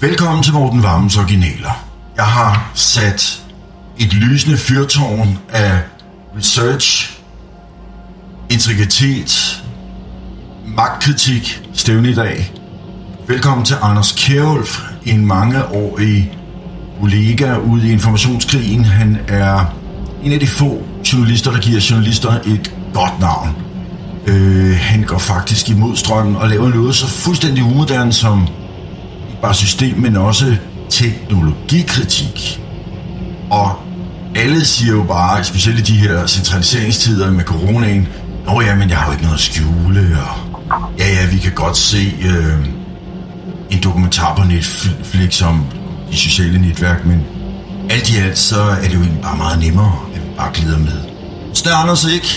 Velkommen til Morten Vammens Originaler. Jeg har sat et lysende fyrtårn af research, integritet, magtkritik stævne i dag. Velkommen til Anders Kjærulf, en mangeårig kollega ude i informationskrigen. Han er en af de få journalister, der giver journalister et godt navn. Han går faktisk imod strømmen og laver noget så fuldstændig umoderne som ikke bare system, men også teknologikritik. Og alle siger jo bare, specielt i de her centraliseringstider med coronaen, nå ja, men jeg har jo ikke noget at skjule, og ja, vi kan godt se en dokumentar på Netflix om de sociale netværk, men alt i alt, så er det jo egentlig bare meget nemmere, at vi bare glider med. Sådan er Anders ikke.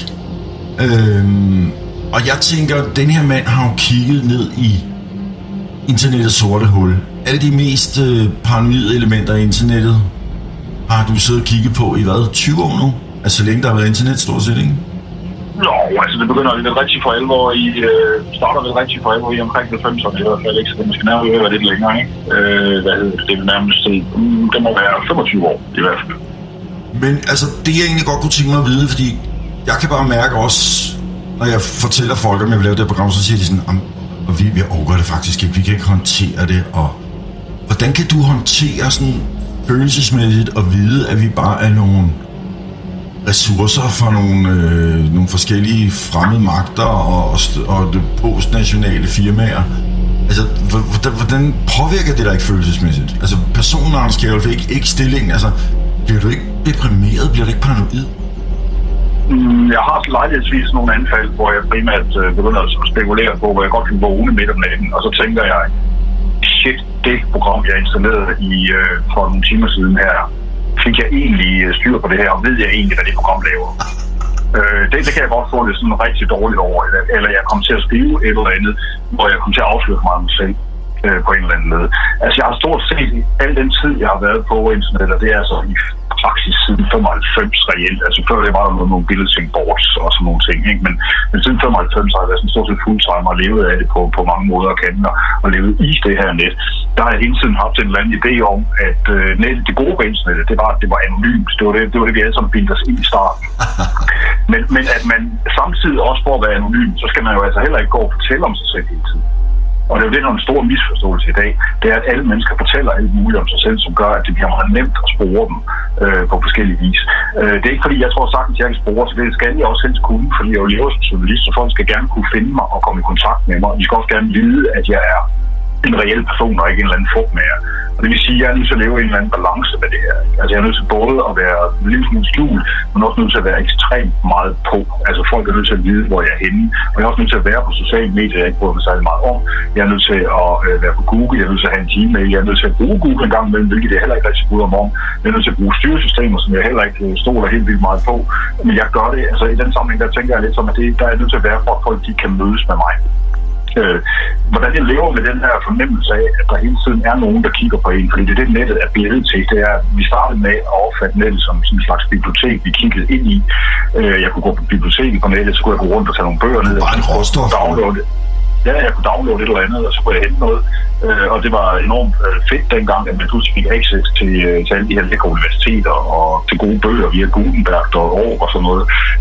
Og jeg tænker, at den her mand har jo kigget ned i internettets sorte hul. Alle de mest paranoide elementer af internettet har du siddet og kigget på i hvad? 20 år nu? Altså så længe der har været internet stort set, ikke? Jo, altså det begynder lidt rigtig for alvor i, starter lidt rigtig for alvor i omkring 90'erne i hvert fald, ikke? Så det måske nærmest være lidt længere, ikke? Det er nærmest, det må være 25 år i hvert fald. Men altså, det jeg egentlig godt kunne tænke mig at vide, fordi jeg kan bare mærke også, når jeg fortæller folk, om jeg vil lave det program, så siger de sådan, og vi overgår det faktisk ikke, vi kan ikke håndtere det, og hvordan kan du håndtere sådan følelsesmæssigt og vide, at vi bare er nogle ressourcer for nogle forskellige fremmede magter og postnationale firmaer? Altså, hvordan påvirker det dig ikke følelsesmæssigt? Altså, personen Anders Kjærulf, ikke stillingen, altså, bliver du ikke deprimeret? Bliver du ikke paranoid? Jeg har lejlighedsvis nogle anfald, hvor jeg primært begynder at spekulere på, hvor jeg godt kan vågne midt om natten, og så tænker jeg, shit, det program, jeg installerede for nogle timer siden her, fik jeg egentlig styr på det her, og ved jeg egentlig, hvad det program laver? Det kan jeg godt få det sådan rigtig dårligt over, eller jeg kommer til at skrive et eller andet, hvor jeg kommer til at afsløre mig mig selv på en eller anden måde. Altså jeg har stort set al den tid, jeg har været på internet, og det er altså i praksis siden 95 reelt. Altså før det var der nogle billedting boards og sådan nogle ting, ikke? Men siden 95 har jeg været sådan stort set fuldtime og levet af det på mange måder og kanter og levet i det her net. Der har jeg hele tiden haft en eller anden idé om, at nettet, det gode på internettet, det var anonymt. Det var det, vi alle sammen bildte os ind i starten. Men at man samtidig også for at være anonym, så skal man jo altså heller ikke gå og fortælle om sig selv hele tiden. Og det er jo det, der er en stor misforståelse i dag. Det er, at alle mennesker fortæller alt muligt om sig selv, som gør, at det bliver meget nemt at spore dem på forskellige vis. Det er ikke fordi, jeg tror sagtens, jeg kan spore, så det skal jeg også helst kunne, fordi jeg jo lever som journalist, så folk skal gerne kunne finde mig og komme i kontakt med mig. De skal også gerne vide, at jeg er en reel person og ikke en eller anden fugtmager. Og det vil sige, at jeg er nødt til at leve i en eller anden balance med det her. Altså jeg er nødt til både at være en lille smule skjult, men også nødt til at være ekstremt meget på. Altså folk er nødt til at vide, hvor jeg er henne. Og jeg er også nødt til at være på sociale medier, jeg ikke bryder mig særlig meget om. Jeg er nødt til at være på Google, jeg er nødt til at have en Gmail, jeg er nødt til at bruge Google en gang imellem, hvilket jeg heller ikke rigtig bryder mig om. Jeg er nødt til at bruge styresystemer, som jeg heller ikke stoler helt vildt meget på. Men jeg gør det, altså i den sammenhæng, der tænker jeg lidt som, at der er nødt til at være for, at folk de kan mødes med mig. Hvordan jeg lever med den her fornemmelse af, at der hele tiden er nogen, der kigger på en, fordi det er det, nettet er blevet til. Det er, vi startede med at opfatte nettet som en slags bibliotek, vi kiggede ind i. Jeg kunne gå på biblioteket på nettet, så kunne jeg gå rundt og tage nogle bøger ned. Bare en råstof. Ja, jeg kunne downloade et eller andet, og så kunne jeg hente noget. Og det var enormt fedt dengang, at man pludselig fik access til alle de her lækre universiteter og til gode bøger via Gutenberg og Org og sådan noget.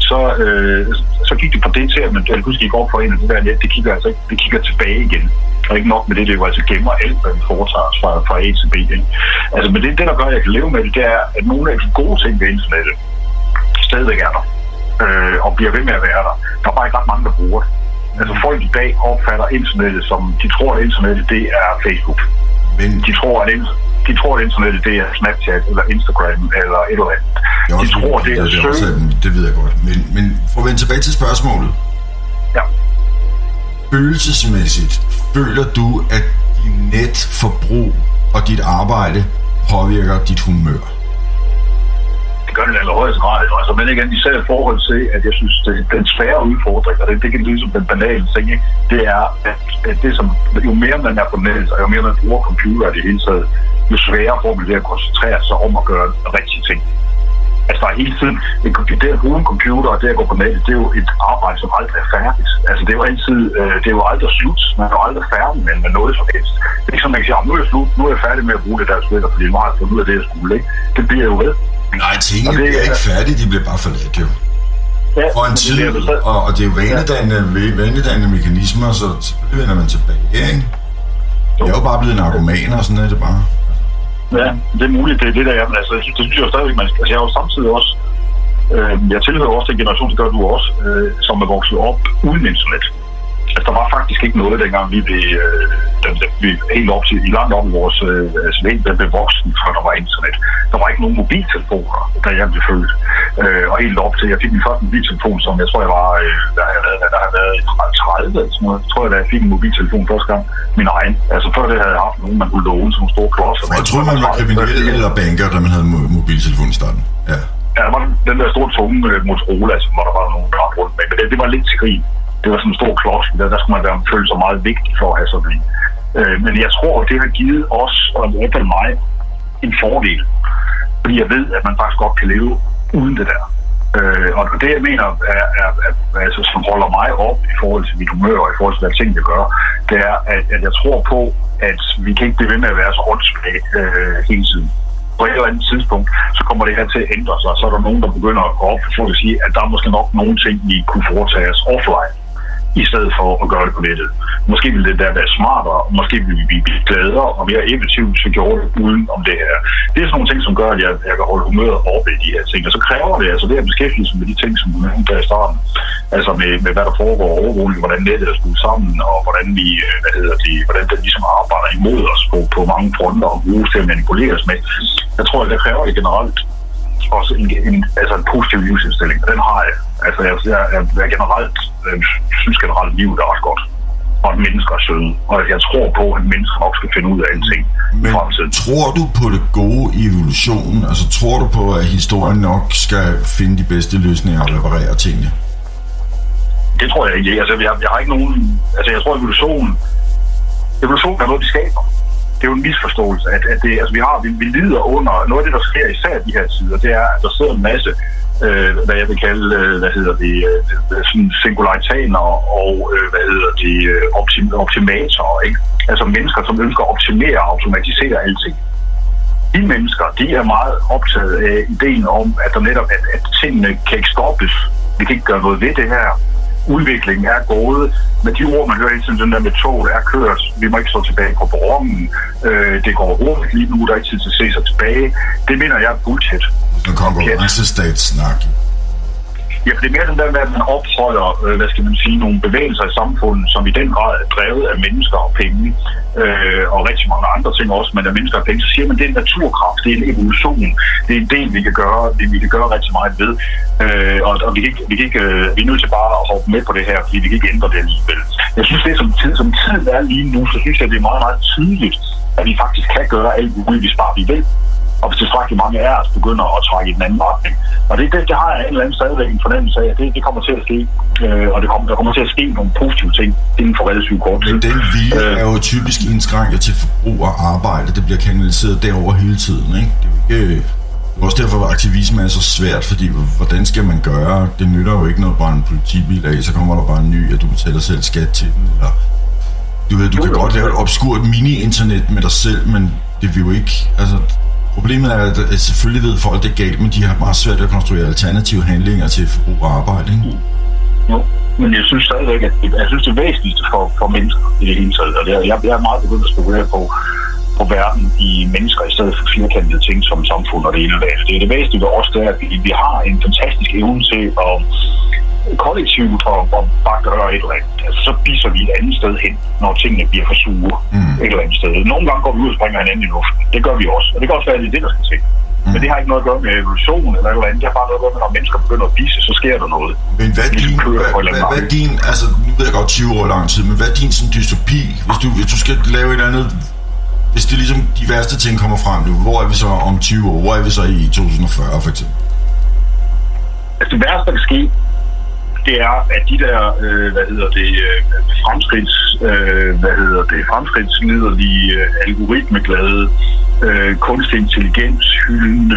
Så gik det fra det til, at man pludselig gik over for en af det der net, det kigger tilbage igen. Og ikke nok med det, det jo altså gemmer alt, hvad vi foretager os fra A til B. Ikke? Altså, men det, der gør, at jeg kan leve med det, det er, at nogle af de gode ting ved internettet stadigvæk er der. Og bliver ved med at være der. Der er bare ikke ret mange, der bruger det. Altså folk i dag opfatter internettet som, de tror, at internettet det er Facebook. Men de tror, at internettet det er Snapchat eller Instagram eller et eller andet. De tror, det er søge. Det ved jeg godt. Men for at vende tilbage til spørgsmålet. Ja. Følelsesmæssigt, føler du, at dit netforbrug og dit arbejde påvirker dit humør? Det gør det i allerhøjeste grad. Altså, men igen, især i forhold til, at jeg synes, det er den svære udfordring, og det kan lyde som den banale ting, ikke? Det er, at det som, jo mere man er på nettet, og jo mere man bruger computer i det hele taget, jo sværere får man det at koncentrere sig om at gøre rigtige ting. Altså, der er hele tiden, det at bruge en computer og det at gå på nettet, det er jo et arbejde, som aldrig er færdigt. Altså, det er jo altid, det er jo aldrig slut. Man er jo aldrig færdig med noget som helst. Det er ikke som, man kan sige, nu er jeg slut, nu er jeg færdig med at bruge det der spiller, fordi nu har jeg fundet ud af det, jeg skulle, ikke? Det bliver jo ved. Nej, tingene bliver ikke færdige, de bliver bare forladt, jo. Ja, for en tid, og det er jo vanedannende mekanismer, så selvfølgelig vender man tilbage, ikke? Jeg er jo bare blevet narkomaner, og sådan er det bare. Ja, det er muligt, det er det der, men altså, det synes jeg jo stadigvæk, altså jeg er jo samtidig også, jeg tilhører også den generation, det gør du også, som er vokset op uden internet. Altså, der var faktisk ikke noget, dengang vi blev helt op til, langt op i vores der blev voksen, før der var internet. Der var ikke nogen mobiltelefoner, da jeg blev født. Og helt op til, jeg fik min første mobiltelefon, som jeg tror, jeg var, der har været 30, jeg tror, da jeg fik en mobiltelefon første gang, min egen. Altså, før det havde jeg haft nogen, man kunne låne, sådan nogle store klodser. Jeg tror, man var kriminel eller banker, da man havde mobiltelefon i starten. Ja. Ja, der var den der store tunge Motorola, hvor der var nogen, der rundt med. Men det var lidt til grin. Det var sådan en stor klods, der skulle man føle sig meget vigtig for at have sådan en. Men jeg tror, at det har givet os, og i hvert fald mig, en fordel. Fordi jeg ved, at man faktisk godt kan leve uden det der. Og det, jeg mener, altså, som holder mig op i forhold til mit humør og i forhold til, hvad ting jeg gør, det er, at jeg tror på, at vi kan ikke blive ved med at være så åndssvage hele tiden. På et eller andet tidspunkt, så kommer det her til at ændre sig, og så er der nogen, der begynder at gå op for at sige, at der er måske nok nogle ting, vi kunne foretage os offline, i stedet for at gøre det på nettet. Måske ville det der være smartere, og måske ville vi blive gladere og mere effektivt, hvis vi gjorde det uden om det her. Det er sådan nogle ting, som gør, at jeg kan holde humøret oppe i de her ting. Og så kræver det, altså det at beskæftige sig med de ting, som du nævnte der i starten. Altså med hvad der foregår overvågning, hvordan nettet er skruet sammen, og hvordan vi, hvordan det ligesom arbejder imod os på mange fronter og bruges til at manipuleres med. Jeg tror, at det kræver det generelt også en positiv livsindstilling. Den har jeg. Altså, jeg generelt synes generelt, at livet er ret godt. Og at mennesker er søde. Og jeg tror på, at mennesker nok skal finde ud af alting. Men tror du på det gode i evolutionen? Altså, tror du på, at historien nok skal finde de bedste løsninger og reparere tingene? Det tror jeg ikke. Altså, jeg har ikke nogen... Altså, jeg tror, at evolutionen er noget, vi skaber. Det er jo en misforståelse, at det, altså vi lider under noget af det, der sker især i de her tider, det er, at der sidder en masse, hvad jeg vil kalde, sådan singularitanere og, optimatorer, ikke? Altså mennesker, som ønsker at optimere og automatisere alting. De mennesker, de er meget optaget af ideen om, at der netop, at tingene kan ikke stoppes. Vi kan ikke gøre noget ved det her. Udviklingen er gået. Med de ord, man hører hele tiden, den der med toget er kørt. Vi må ikke stå tilbage på perronen. Det går hurtigt lige nu, der er ikke tid til at se sig tilbage. Det mener jeg er bullshit. En konkurrencestatsnak. Ja, det er mere den der med, at man opholder, nogle bevægelser i samfundet, som i den grad er drevet af mennesker og penge, og rigtig mange andre ting også, men af mennesker og penge, så siger man, det er en naturkraft, det er en evolution, det er en del, vi kan gøre rigtig meget ved, og vi er nødt til bare at hoppe med på det her, fordi vi kan ikke ændre det alligevel. Jeg synes, det er som tiden er lige nu, så synes jeg, det er meget, meget tydeligt, at vi faktisk kan gøre alt muligt, hvis bare vi vil. Og hvis tilstrækkeligt mange af os begynder at trække i den anden retning. Og det har jeg en eller anden stadigvæk en fornemmelse af, at det kommer til at ske. Og der kommer til at ske nogle positive ting inden for relativt kort tid. Men den vilje er jo typisk indskrænket til forbrug og arbejde. Det bliver kanaliseret derover hele tiden, ikke? Det er jo også derfor, at aktivisme er så svært, fordi hvordan skal man gøre? Det nytter jo ikke noget, bare en politibil af, så kommer der bare en ny, at du betaler selv skat til den. Eller du kan godt lave et obskurt mini-internet med dig selv, men det vil jo ikke... Altså, problemet er, at selvfølgelig ved folk, det er galt, men de har meget svært at konstruere alternative handlinger til forbrug og arbejde, ikke? Jo, men jeg synes stadigvæk, at det væsentligste for mennesker i det hele taget, og jeg er meget begyndt at spekulere på verden i mennesker, i stedet for firkantede ting som samfund og det ene og det andet. Det er det væsentlige også, det er, at vi har en fantastisk evne til at kollektivt og bare gøre et eller andet. Altså, så biser vi et andet sted hen, når tingene bliver for sure et eller andet sted. Nogle gange går vi ud og springer hinanden i luften. Det gør vi også. Og det kan også være, at det er det, der skal til. Men det har ikke noget at gøre med evolution eller noget andet. Det har bare noget at gøre med, når mennesker begynder at bise, så sker der noget. Men hvad er din, altså nu ved jeg godt 20 år lang tid, men hvad er din sådan dystopi, hvis du skal lave et eller andet, hvis det ligesom de værste ting kommer frem nu, hvor er vi så om 20 år? Hvor er vi så i 2040 for eksempel? Altså det værste, der kan ske, det er, at de der, fremskridtsliderlige algoritmeglade, kunstig intelligens, hyldende,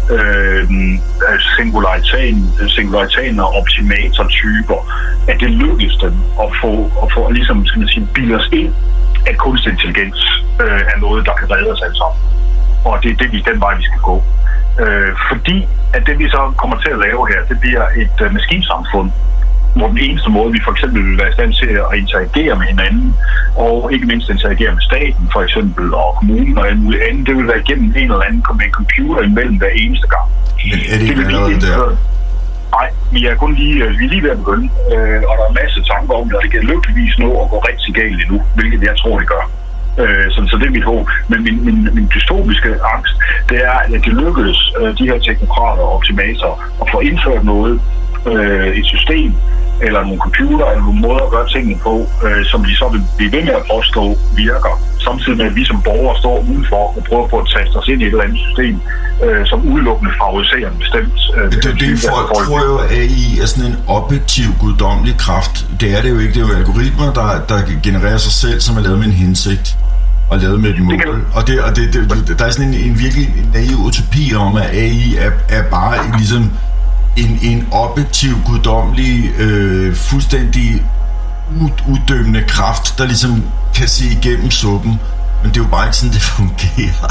singulariteten og optimator-typer, at det lykkes dem at få ligesom, skal man sige, bilde os ind, at kunstig intelligens er noget, der kan redde os alle sammen. Og det er den vej, vi skal gå. Fordi at det, vi så kommer til at lave her, det bliver et maskinsamfund, hvor den eneste måde, vi for eksempel vil være i stand til at interagere med hinanden, og ikke mindst interagere med staten, for eksempel, og kommunen og alt muligt andet, det vil være igennem en eller anden med en computer imellem hver eneste gang. Men er det ikke allerede der? Nej, vi er lige ved at begynde, og der er en masse tanker om det, og det kan lykkeligvis nå at gå rigtig galt endnu, hvilket jeg tror, det gør. Så det er mit håb. Men min dystopiske angst, det er, at det lykkedes de her teknokrater og optimatorer at få indført noget, et system, eller nogle computer, eller nogle måder at gøre tingene på, som de så vil blive ved med at påstå virker, samtidig med, at vi som borgere står udenfor og prøver på at taste os ind i et eller andet system, som udelukkende favoriserer en bestemt... folk tror jo, at AI er sådan en objektiv, guddommelig kraft. Det er det jo ikke. Det er jo algoritmer, der genererer sig selv, som er lavet med en hensigt og lavet med et mål. Og der er sådan en virkelig naiv utopi om, at AI er bare ligesom en objektiv, guddommelig, fuldstændig uddømmende kraft, der ligesom kan se igennem suppen. Men det er jo bare ikke sådan, det fungerer.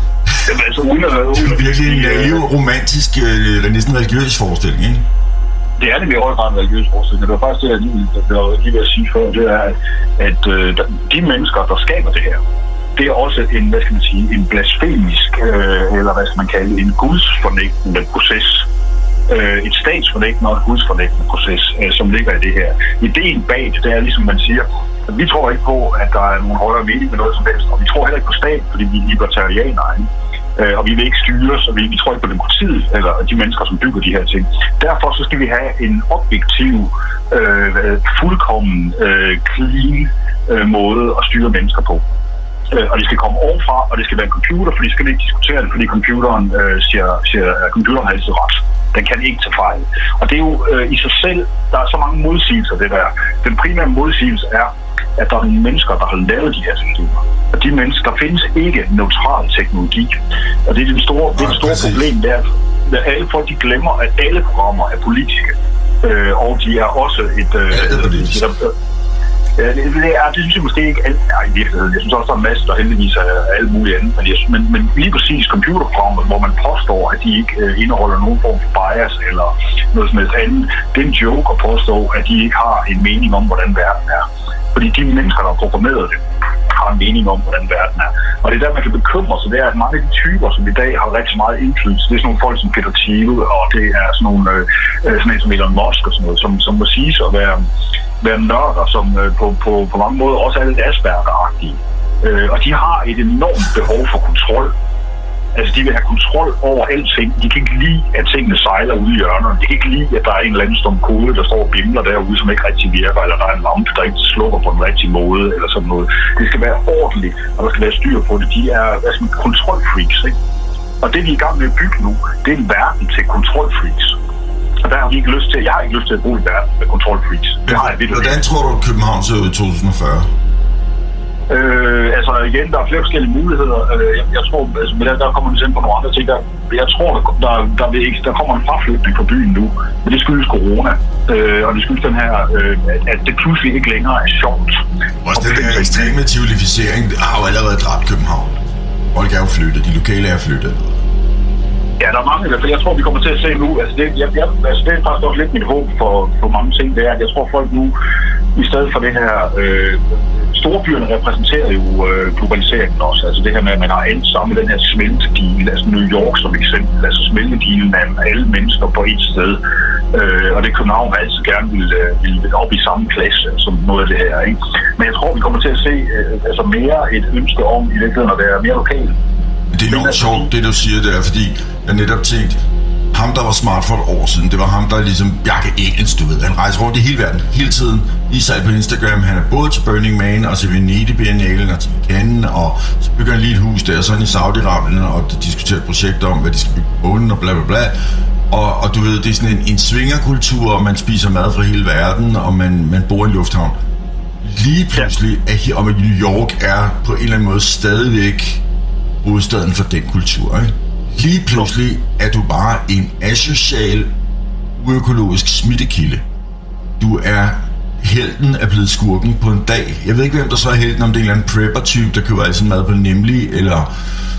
Det er jo virkelig en naiv, romantisk, eller næsten religiøs forestilling, ikke? Det er det i høj grad en religiøs forestilling. Det var faktisk det, jeg lige vil sige før, det er, at de mennesker, der skaber det her, det er også en, hvad skal man sige, en blasfemisk, eller hvad skal man kalde, en gudsfornægtende proces. Et statsfornægtende og et gudsfornægtende proces, som ligger i det her. Ideen bag det er ligesom man siger, at vi tror ikke på, at der er nogen højere mening med noget som helst, og vi tror heller ikke på staten, fordi vi er libertarianere, og vi vil ikke styres, og vi tror ikke på demokratiet, eller de mennesker, som bygger de her ting. Derfor så skal vi have en objektiv, fuldkommen clean måde at styre mennesker på. Og det skal komme ovenfra, og det skal være en computer, for de skal ikke diskutere det, fordi computeren computeren har altid ret. Den kan ikke tage fejl. Og det er jo i sig selv, der er så mange modsigelser det der. Den primære modsigelse er, at der er nogle mennesker, der har lavet de her systemer. Og de mennesker, der findes ikke neutral teknologi. Og det er det store problem, det er, at alle folk de glemmer, at alle programmer er politiske. Og de er også det synes jeg måske ikke alt er i virkeligheden. Jeg synes også, der er en masse, der heldigvis er alt muligt andet. Men lige præcis computerprogrammer, hvor man påstår, at de ikke indeholder nogen form for bias eller noget som helst andet, det er en joke at påstå, at de ikke har en mening om, hvordan verden er. Fordi de mennesker, der har programmeret det, har en mening om, hvordan verden er. Og det er der, man kan bekymre sig. Det er, at mange af de typer, som i dag har rigtig meget indflydelse, det er sådan nogle folk som Peter Thiel, og det er sådan nogle sådan en som Elon Musk og sådan noget, som må siges at være nørder, som på mange måder også er lidt Asperger-agtige. Og de har et enormt behov for kontrol. Altså, de vil have kontrol over alting. De kan ikke lide, at tingene sejler ude i hjørnerne. De kan ikke lide, at der er en eller anden stum kode, der står og bimler derude, som ikke rigtig virker, eller der er en lampe, der ikke slukker på den rigtige måde, eller sådan noget. Det skal være ordentligt, og der skal være styr på det. De er kontrolfreaks, ikke? Og det, vi er i gang med at bygge nu, det er en verden til kontrolfreaks. Og der har vi ikke lyst til, jeg har ikke lyst til at bruge en verden med kontrolfreaks. Hvordan tror du, at København ser ud i 2040? Altså igen, der er flere forskellige muligheder. Jeg tror, altså, der kommer vi til på nogle andre ting. Jeg tror, der kommer en fraflytning fra byen nu, men det skyldes corona. Og det skyldes den her, at det pludselig ikke længere er sjovt. Også den her ekstreme civilificering har jo allerede dræbt København. Folk er jo flyttet, de lokale er flyttet. Ja, der er mange i hvert fald. Jeg tror, vi kommer til at se nu, det er faktisk også lidt mit håb for mange ting, det er, at jeg tror, folk nu, i stedet for det her, storbyerne repræsenterer jo globaliseringen også. Altså det her med, at man har endt sammen med den her smeltedeal, altså New York som eksempel, altså smeltedealen af alle mennesker på et sted. Og det København altid gerne vil op i samme klasse som noget af det her, ikke? Men jeg tror, vi kommer til at se altså mere et ønske om i virkeligheden at være mere lokalt. Det er enormt sjovt, det du siger der, fordi jeg netop tænkte, ham der var smart for et år siden, det var ham der ligesom Bjarke Ingels, du ved, han rejser rundt i hele verden, hele tiden, især på Instagram, han er både til Burning Man, og til Venedig Biennalen, og til Cannes, og så bygger han lige et hus der, så er han i Saudi-Arabien, og diskuterer et projekt om, hvad de skal bygge på månen, og bla bla bla, Og du ved, det er sådan en svingerkultur, og man spiser mad fra hele verden, og man bor i en lufthavn. Lige pludselig og New York er på en eller anden måde stadigvæk hovedstaden for den kultur, ikke? Lige pludselig er du bare en asocial, uøkologisk smittekilde. Du er helten er blevet skurken på en dag. Jeg ved ikke, hvem der så er helten, om det er en eller anden prepper-type, der køber altid mad på Nemlig, eller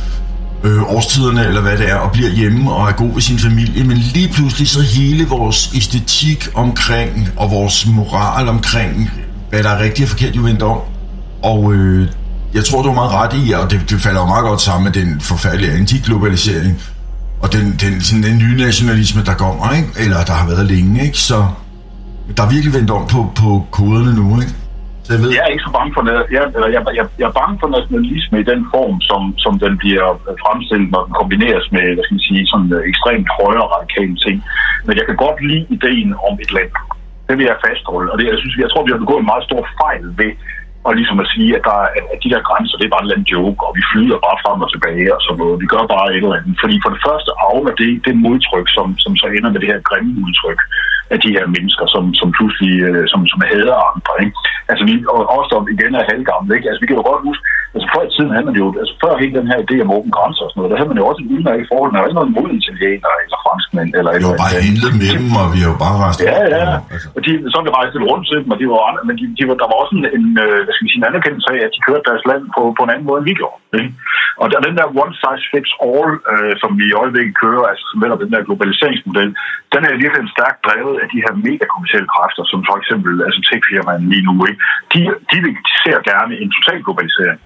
årstiderne, eller hvad det er, og bliver hjemme og er god ved sin familie. Men lige pludselig så hele vores æstetik omkring, og vores moral omkring, hvad der er rigtigt og forkert, jo vendt om. Og jeg tror, du er meget ret i, og det falder jo meget godt sammen med den forfærdelige antiglobalisering, og den nye nationalisme, der kommer, ikke? Eller der har været længe, ikke? Så der er virkelig vendt om på koderne nu, ikke? Så jeg er ikke så bange for det. Jeg er bange for nationalisme i den form, som den bliver fremstillet, når den kombineres med, hvad skal man sige, sådan ekstremt højre radikale ting. Men jeg kan godt lide ideen om et land. Det vil jeg fastholde. Og jeg tror, vi har begået en meget stor fejl ved og ligesom at sige, at de der grænser, det er bare en eller anden joke, og vi flyder bare frem og tilbage og sådan noget. Vi gør bare et eller andet. Fordi for det første afler det modtryk, som så ender med det her grimme udtryk af de her mennesker, som pludselig som hader andre, ikke? Altså vi også igen er halvgamle, ikke? Altså vi kan jo godt huske, altså før i tiden havde man jo, altså før hele den her idé om åben grænser og sådan noget, der havde man jo også en udmærket forhold, der var ikke noget mod italiener eller franskmænd eller et eller andet. Vi har bare handlet med dem, og vi har jo bare rejst. Ja. Altså. Og så vi rejste rundt til dem, og de var andre, men der var også en hvad skal vi sige, en anerkendelse af, at de kørte deres land på en anden måde, end vi gjorde. Ikke? Og den der one size fits all, som vi i øjeblikket kører, altså som vel den der globaliseringsmodel, den er virkelig stærkt drevet af de her megakommercielle kræfter, som for eksempel altså tech-firmaerne lige nu, ikke? De ser gerne en total globalisering,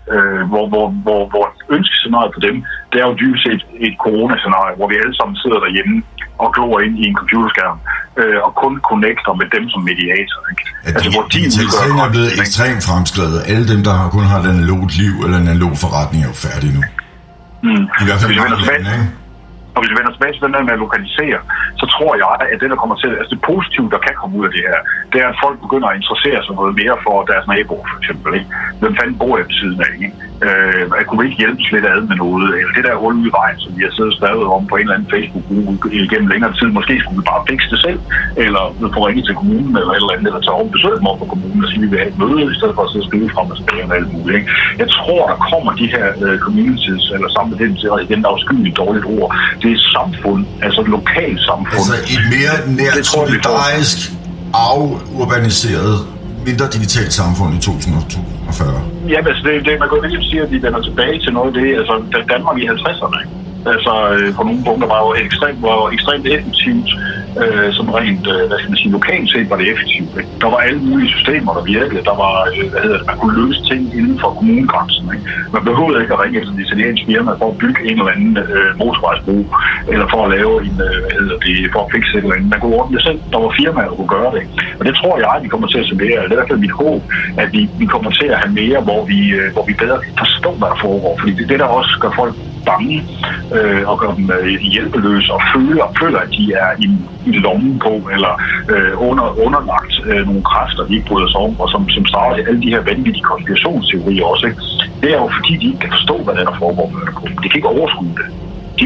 hvor ønskescenariet for dem, det er jo dybest set et coronascenarie, hvor vi alle sammen sidder derhjemme og glor ind i en computerskærm, og kun connecter med dem som mediator, ikke? Ja, altså, hvor digitaliseringen er blevet ekstremt fremskrevet. Alle dem, der kun har et analogt liv eller en analog forretning, er jo færdige nu. I hvert fald mange lande, ikke? Og hvis vi vender tilbage til den der med at lokalisere, så tror jeg, at det, der kommer til, altså det positive, der kan komme ud af det her, det er, at folk begynder at interessere sig noget mere for deres naboer, for eksempel, ikke? Hvem fanden bor jeg ved siden af, ikke? Jeg kunne ikke hjælpe lidt ad med noget, eller det der hul ud i vejen, som vi har siddet og skrevet om på en eller anden Facebook-gruppe igennem længere tid, måske skulle vi bare fikse det selv, eller få ringe til kommunen, eller et eller andet, eller tage over besøg dem op på kommunen og sige, at vi vil have et møde, i stedet for at sidde og skrive frem og tilbage og alt muligt, ikke? Jeg tror, der kommer de her communities, eller sammen med dem til, og igen afskyeligt dårligt ord, det er samfund, altså et lokalt samfund. Altså et mere nært solidarisk, afurbaniseret, mindre digitalt samfund i 2040. Ja, altså man kan jo ikke sige, at vi vender tilbage til noget af det, altså Danmark i 50'erne, ikke? Altså på nogle punkter var jo ekstremt effektivt, som rent, hvad skal man sige, lokalt set var det effektivt. Ikke? Der var alle mulige systemer, der virkede. Der var, man kunne løse ting inden for kommunegrænsen. Ikke? Man behøvede ikke at ringe efter et italiensk firma for at bygge en eller anden motorvejsbro, eller for at lave en, for at fikse et eller andet. Man kunne ordne det selv. Der var firmaer, der kunne gøre det. Ikke? Og det tror jeg, vi kommer til at se mere. Det er i hvert fald mit håb, at vi kommer til at have mere, hvor vi bedre forstår, hvad der foregår. Fordi det der også gør folk bange og gør dem hjælpeløse og føler, at de er i lommen på, eller underlagt nogle kræfter, de ikke bryder sig om, og som starter alle de her vanvittige konspirationsteorier også. Ikke? Det er jo fordi, de ikke kan forstå, hvad der foregår med det. De kan ikke overskue det.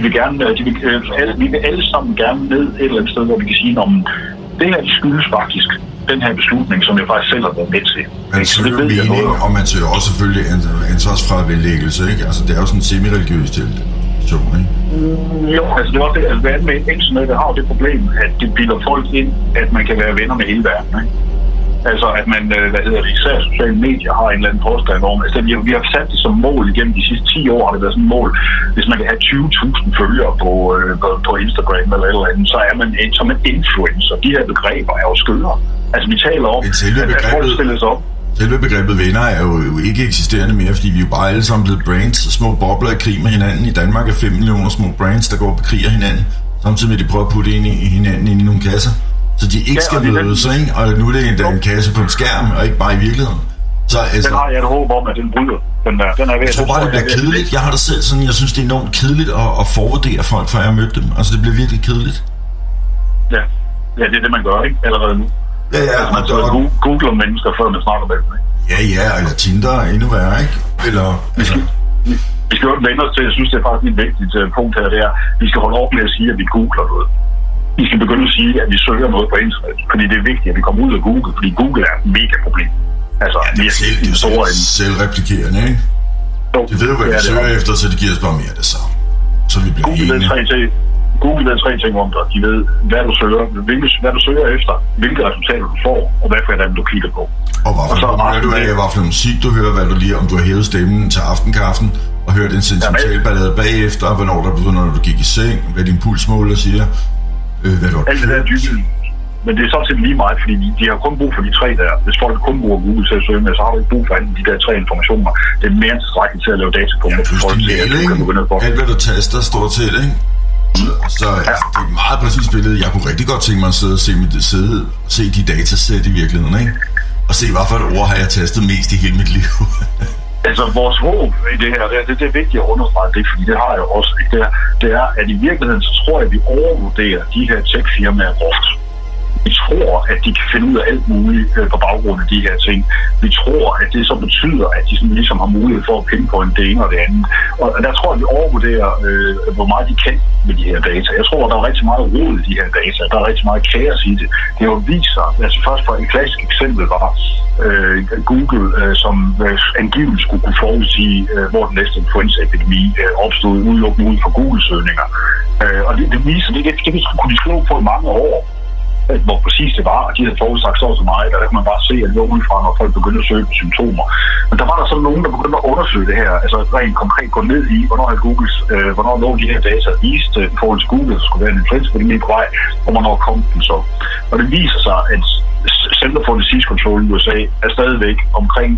Vi vil alle sammen gerne ned et eller andet sted, hvor vi kan sige, om det her skyldes faktisk den her beslutning, som jeg faktisk selv har været med til. Man søger mening, og man søger også selvfølgelig ansvarsfralæggelse, ikke? Altså, det er jo sådan en semi-religiøs tilstation, ikke? Jo, altså det er også det, altså hvad med internet, der har det problem, at det bilder folk ind, at man kan være venner med hele verden, ikke? Altså, at man, især sociale medier har en eller anden påstand om, altså vi har sat det som mål igennem de sidste 10 år, har det været sådan et mål, hvis man kan have 20.000 følgere på Instagram eller et eller andet, så er man som en influencer. De her begreber er jo skøre. Altså, vi taler om, at folk stiller sig op. Selve begrebet venner er jo ikke eksisterende mere, fordi vi er jo bare alle sammen blevet brands, små bobler i krig med hinanden. I Danmark er 5 millioner små brands, der går på krig af hinanden, samtidig med at de prøver at putte hinanden ind i nogle kasser. Så de ikke skal mødes, ikke? Og nu er det en kasse på en skærm, og ikke bare i virkeligheden. Så, altså, den har jeg et håb om, at den bryder. Den er ved, jeg tror bare, det bliver kedeligt. Jeg har det selv sådan, jeg synes, det er enormt kedeligt at forvurdere folk, før jeg har mødt dem. Altså, det bliver virkelig kedeligt. Ja, det er det, man gør, ikke? Allerede nu. Ja, altså, man googler mennesker, før man snakker med dem, ikke? Ja, eller Tinder er endnu værre, ikke? Eller, altså. Vi skal jo vende os til, jeg synes, det er faktisk et vigtigt punkt her, det er, vi skal holde op med at sige, at vi googler noget. vi skal begynde at sige, at vi søger noget på internet, fordi det er vigtigt, at vi kommer ud af Google, fordi Google er et mega problem. Altså, ja, det er selvreplikerende, ikke? De ved jo, hvad vi søger efter, så det giver os bare mere det samme. Så vi bliver Google ved tre ting om dig. De ved, hvad du søger, hvad du søger efter, hvilke resultater du får, og hvad for dem du kigger på. Og hvad du af, hvad for musik du hører, hvad du lige, om du har hævet stemmen til aftenkaffen, og hørt en sentimental ballade bagefter, hvornår du gik i seng, hvad din pulsmåler siger, hvad du har alt det der dybe. Men det er sådan set lige meget, fordi de har kun brug for de tre der. Hvis folk kun bruger Google til at søge med, så har du ikke brug for de der tre informationer. Det er mere end tilstrækkeligt til at lave datapunkter for folk til, at du kan begynde at få. Alt hvad du taster, stort set, ikke? Så det er et meget præcist billede. Jeg kunne rigtig godt tænke mig at se de datasæt i virkeligheden, ikke? Og se, hvad for et ord har jeg tastet mest i hele mit liv. Altså, vores håb i det her, det er vigtigt at understrege det, fordi det har jeg også, ikke? Det er, at i virkeligheden, så tror jeg, at vi overvurderer de her tech-firmaer groft. Vi tror, at de kan finde ud af alt muligt på baggrund af de her ting. Vi tror, at det så betyder, at de sådan ligesom har mulighed for at pinpointe det ene og det andet. Og der tror jeg, at vi overvurderer, hvor meget de kan med de her data. Jeg tror, at der er rigtig meget rod i de her data. Der er rigtig meget kaos i det. Det har jo vist sig, altså først for et klassisk eksempel var Google, som angiveligt skulle kunne forudsige, hvor den næste influenzaepidemi opstod udelukkende ud fra Google-søgninger. Og det viser, det kunne de skrive på i mange år, hvor præcis det var, og de havde forudsagt så meget, og der kunne man bare se, at det var udefra, når folk begyndte at søge på symptomer. Men der var der så nogen, der begyndte at undersøge det her, altså rent konkret gå ned i, hvornår lå de her data vist i forhold til Google, der skulle være en influenzaepidemi på vej, og hvornår kom den så. Og det viser sig, at Center for Disease Control i USA er stadigvæk omkring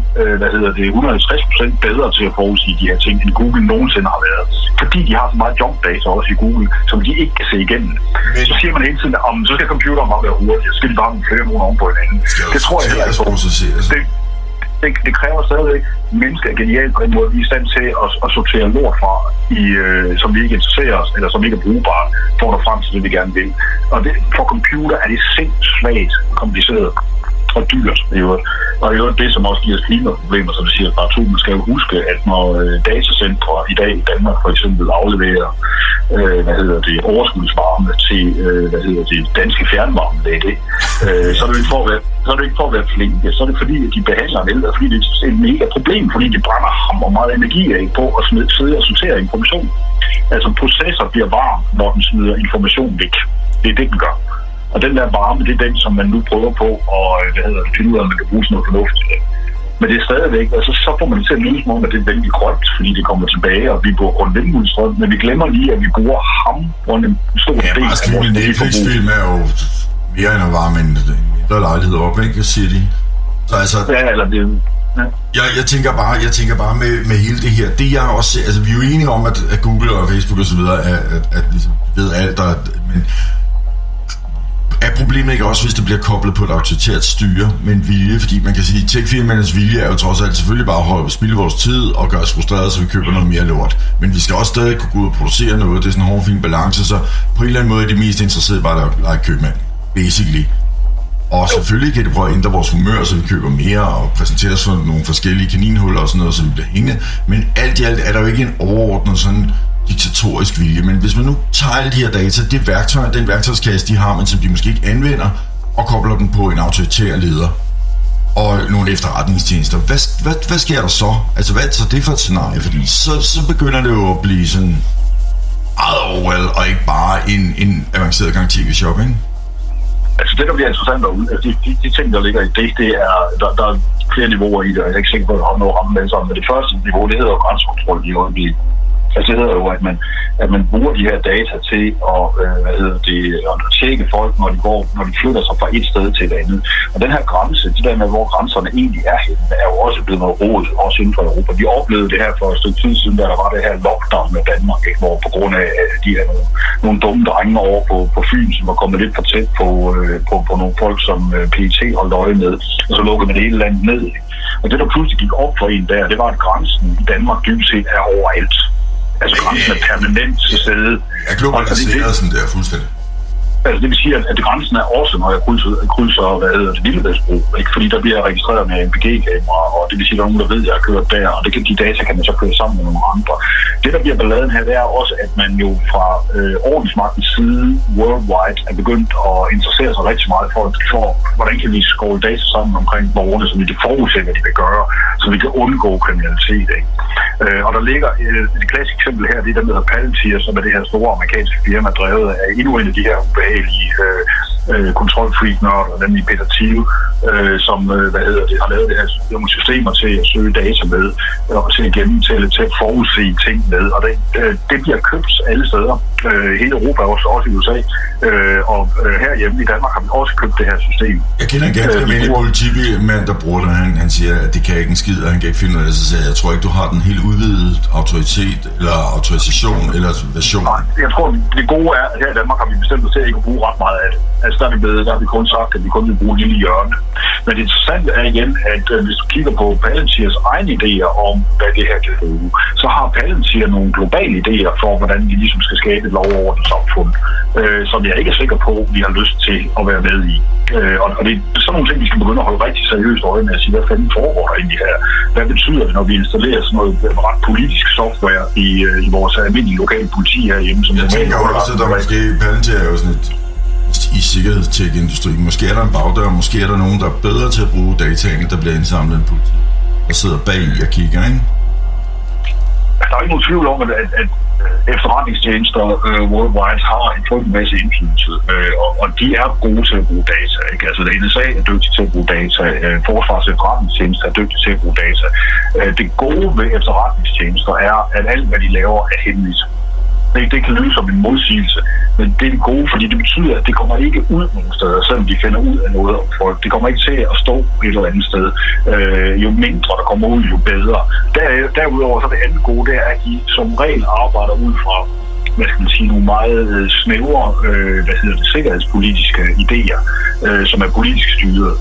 150% bedre til at forudsige de her ting, end Google nogensinde har været. Fordi de har så meget junk-data også i Google, som de ikke kan se igennem. Så siger man hele tiden, så skal computeren bare være hurtigere, så skal de bare have flere nogen oven på hinanden. Det tror jeg heller ikke. Det kræver stadigvæk, at mennesker er genialt på den måde, vi er i stand til at sortere lort fra, som vi ikke interesserer os, eller som ikke er brugbart, for at nå frem til det, vi gerne vil. Og det, for computer er det sindssygt kompliceret og dyrt i øvrigt. Og i øvrigt det, som også giver os klimaproblemer, som du siger, bare to. Man skal jo huske, at når datacentre i dag i Danmark for eksempel afleverer overskudsvarme til danske fjernvarme, så er det ikke for at være flinke. Så er det fordi, at de behandler el, fordi det er et mega problem, fordi de brænder hammer meget energi af på at sidde og sortere information. Altså processor bliver varm, når den smider information væk. Det er det, den gør. Og den der varme, det er den, som man nu prøver på at finde ud af, at man kan bruge sådan noget fornuftigt. Men det er stadigvæk, altså så får man det til at lyde som om, at det er vældig grønt, fordi det kommer tilbage, og vi bruger rundt vindmøllestrøm, men vi glemmer lige, at vi bruger ham rundt en stor del af vores Netflix-film er jo mere end at varme en mindre lejlighed op, ikke, siger de. Så altså... Ja, eller det... Ja. Jeg tænker bare med hele det her, det jeg også ser, altså vi er jo enige om, at Google og Facebook og så videre at ligesom ved alt, men er problemet ikke også, hvis det bliver koblet på et autoritært styre med en vilje? Fordi man kan sige, at tech-firmaernes vilje er jo trods alt selvfølgelig bare at spilde vores tid og gøre os frustrerede, så vi køber noget mere lort. Men vi skal også stadig kunne gå ud og producere noget. Det er sådan en hård, fin balance, så på en eller anden måde er de mest interesserede bare at lege købmand, basically. Og selvfølgelig kan det prøve at ændre vores humør, så vi køber mere og præsentere os for nogle forskellige kaninhuller og sådan noget, så vi bliver hængende. Men alt i alt er der jo ikke en overordnet sådan diktatorisk vilje, men hvis man nu tager alle de her data, det værktøj, den værktøjskasse, de har, men som de måske ikke anvender, og kobler den på en autoritær leder og nogle efterretningstjenester, hvad sker der så? Altså, hvad er så det for et scenarie? Fordi så begynder det jo at blive sådan meget overall, og ikke bare en avanceret gang tv-shopping. Altså, det, der bliver interessant derude, altså, de ting, der ligger i det er, der er flere niveauer i det, og jeg er ikke sikker på, at jeg har noget at ramme med sammen. Men det første niveau, det hedder jo grænsekontrol i øjeblikket. Altså det hedder jo, at man bruger de her data til at tjekke folk, når de flytter sig fra et sted til et andet. Og den her grænse, det der med, hvor grænserne egentlig er henne, er jo også blevet noget råd, også inden for Europa. Vi oplevede det her for et stykke tid siden, da der var det her lockdown med Danmark, ikke? Hvor på grund af de her nogle dumme drenge over på Fyn, som var kommet lidt for tæt på nogle folk, som PET holdt øje med, og så lukkede man det hele landet ned. Og det, der pludselig gik op for en der, det var, at grænsen i Danmark dybest set er overalt. Altså grænsen er permanent til stede. Jeg globaliseret sådan der fuldstændig. Altså det vil sige, at grænsen er også, når jeg krydser Lillebæltsbro, ikke? Fordi der bliver registreret med MPG-kamera, og det vil sige, at der er nogen, der ved, at jeg har kørt der, og de data kan man så køre sammen med nogle andre. Det, der bliver balladen her, det er også, at man jo fra ordensmagtens side worldwide er begyndt at interessere sig rigtig meget for hvordan kan vi skåle data sammen omkring borgerne, så vi kan forudse, hvad de vil gøre, så vi kan undgå kriminalitet. Ikke? Og der ligger et klassisk eksempel her, det der hedder Palantir, som er det her store amerikanske firma, drevet af endnu en af de her ubehagelige kontrolfreak-nørder, nemlig Peter Thiel, som har lavet det her nogle systemer til at søge data med, og til at forudse ting med, og det bliver købt alle steder. Hele Europa, også i USA, og herhjemme i Danmark har vi også købt det her system. Jeg kender en ganske almindelig politimand, der bruger det. Han siger, at det kan ikke en skid, og han kan ikke finde ud af det. Så siger jeg tror ikke, du har den helt udvidede autoritet, eller autorisation, eller version. Nej, jeg tror, det gode er, at her i Danmark har vi bestemt os til ikke at bruge ret meget af det. Altså der har vi kun sagt, at vi kun vil bruge en lille hjørne. Men det interessante er igen, at hvis du kigger på Palantirs egne idéer om, hvad det her kan bruge, så har Palantir nogle globale idéer for, hvordan vi ligesom skal skabe et lovordnet samfund, som jeg ikke er sikker på, at vi har lyst til at være med i. Og det er sådan nogle ting, vi skal begynde at holde rigtig seriøst øje med at sige, hvad fanden foregår der egentlig her? Hvad betyder det, når vi installerer sådan noget ret politisk software i vores almindelige lokale politi herhjemme? Som jeg tænker også, at der måske Palantir er jo sådan et i sikkerhedstech-industrien. Måske er der en bagdør, måske er der nogen, der er bedre til at bruge dataene, der bliver indsamlet end politi, der sidder bag i og kigger, ikke? Der er ikke nogen tvivl om, at efterretningstjenester worldwide har en frygtelig masse indflydelse, og de er gode til at bruge data. Ikke? Altså NSA er dygtig til at bruge data, Forsvars efterretningstjenester er dygtig til at bruge data. Det gode ved efterretningstjenester er, at alt hvad de laver er hemmeligt. Det kan lyde som en modsigelse, men det er det gode, fordi det betyder, at det kommer ikke ud nogen steder, selvom de finder ud af noget om folk. Det kommer ikke til at stå et eller andet sted. Jo mindre der kommer ud, jo bedre. Derudover så det andet gode, det er, at de som regel arbejder ud fra, hvad skal man sige, nogle meget snævre, sikkerhedspolitiske idéer, som er politisk styret.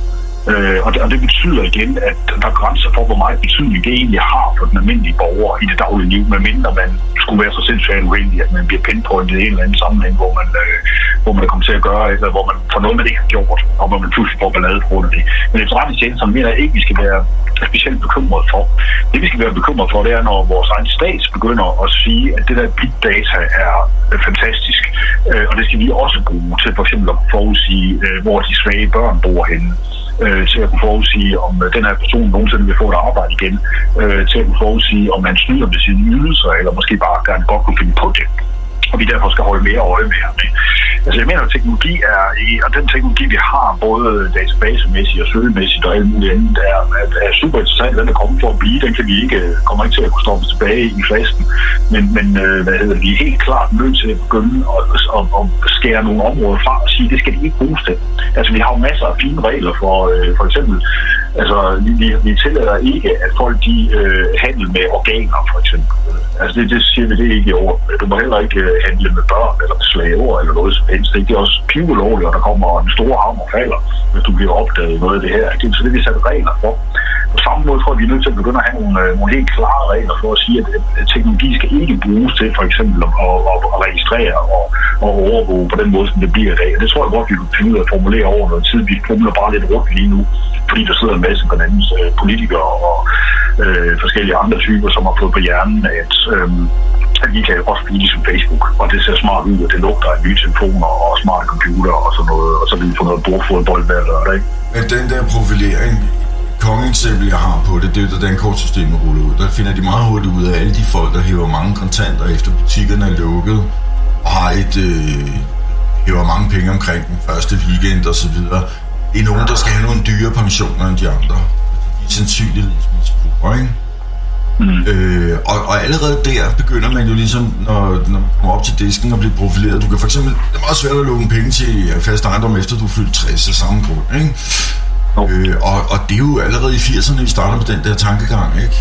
Og det betyder igen, at der er grænser for, hvor meget betydning det egentlig har for den almindelige borger i det daglige liv, medmindre man skulle være så sindssygt uheldig, at man bliver pinpointet i en eller anden sammenhæng, hvor man er kommet til at gøre, eller hvor man får noget, man ikke har gjort, og hvor man pludselig får ballade på grund af det. Men efterretningstjenesterne mener jeg ikke, vi skal være specielt bekymret for. Det vi skal være bekymret for, det er, når vores egen stat begynder at sige, at det der big data er fantastisk, og det skal vi også bruge til for eksempel at forudsige, hvor de svage børn bor henne. Til at kunne forudsige, om den her person nogensinde vil få et arbejde igen, til at kunne forudsige, om man snyder med sine ydelser, eller måske bare gerne godt kunne finde på det. Og vi derfor skal holde mere øje med ham. Altså jeg mener, at teknologi og den teknologi, vi har, både databasemæssigt og søgemæssigt og alt muligt andet, er super interessant. Den er kommet for at blive. Den kan vi kommer ikke til at kunne stoppe tilbage i flasken. Men vi er helt klart nødt til at begynde at skære nogle områder fra og sige, at det skal de ikke bruges til. Altså vi har jo masser af fine regler for eksempel. Altså vi tillader ikke, at folk de handler med organer, for eksempel. Altså det siger vi, det er ikke i ord. Du må heller ikke handle med børn eller med slaver eller noget som helst. Det er også pivulovligt, og der kommer en stor hammer og falder, hvis du bliver opdaget noget af det her. Så det er vi sat regler for. På samme måde tror jeg, vi er nødt til at begynde at have nogle helt klare regler for at sige, at teknologi skal ikke bruges til for eksempel at registrere og overvåge på den måde, som det bliver i dag. Og det tror jeg godt, vi kan finde ud af at formulere over noget tid. Vi fumler bare lidt rundt lige nu, fordi der sidder en masse på andens politikere og forskellige andre typer, som har fået på hjernen, at vi kan også blive ligesom Facebook, og det ser smart ud, og det lugter af nye telefoner og smarte computer og sådan noget, og så vil vi få noget bordfodbold hver lørdag, ikke? Men den der profilering, kongeeksempel jeg har på det, det er jo da dankortsystemet ruller ud. Der finder de meget hurtigt ud af alle de folk, der hæver mange kontanter efter butikkerne er lukket, og har hæver mange penge omkring den første weekend og så videre. Det er nogen, der skal have nogle dyre pensioner end de andre. De er sandsynligvis misbrugere, ikke? Og allerede der begynder man jo ligesom, når man kommer op til disken og bliver profileret. Du kan for eksempel, det er meget svært at låne penge til fast ejendom, efter du er fyldt 60 af samme grund, ikke? Og det er jo allerede i 80'erne, vi starter med den der tankegang, ikke?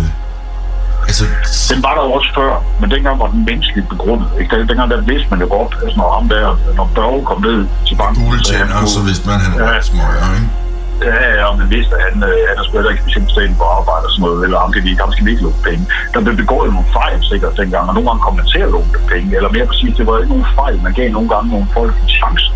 Den var der jo også før, men dengang var den menneskeligt begrundet, ikke? Dengang der vidste man jo godt, altså når Børge kom ned til banken. Gule tænder, så vidste man, at han var smøger, ikke? Ja, og man vidste, at han er sgu ikke specielt staten på arbejde og sådan noget, eller om det ganske ikke låne penge. Der blev begået nogle fejl sikkert dengang, og nogle gange kom man til at låne penge, eller mere præcis, det var ikke nogen fejl, man gav nogle gange nogle folk en chance.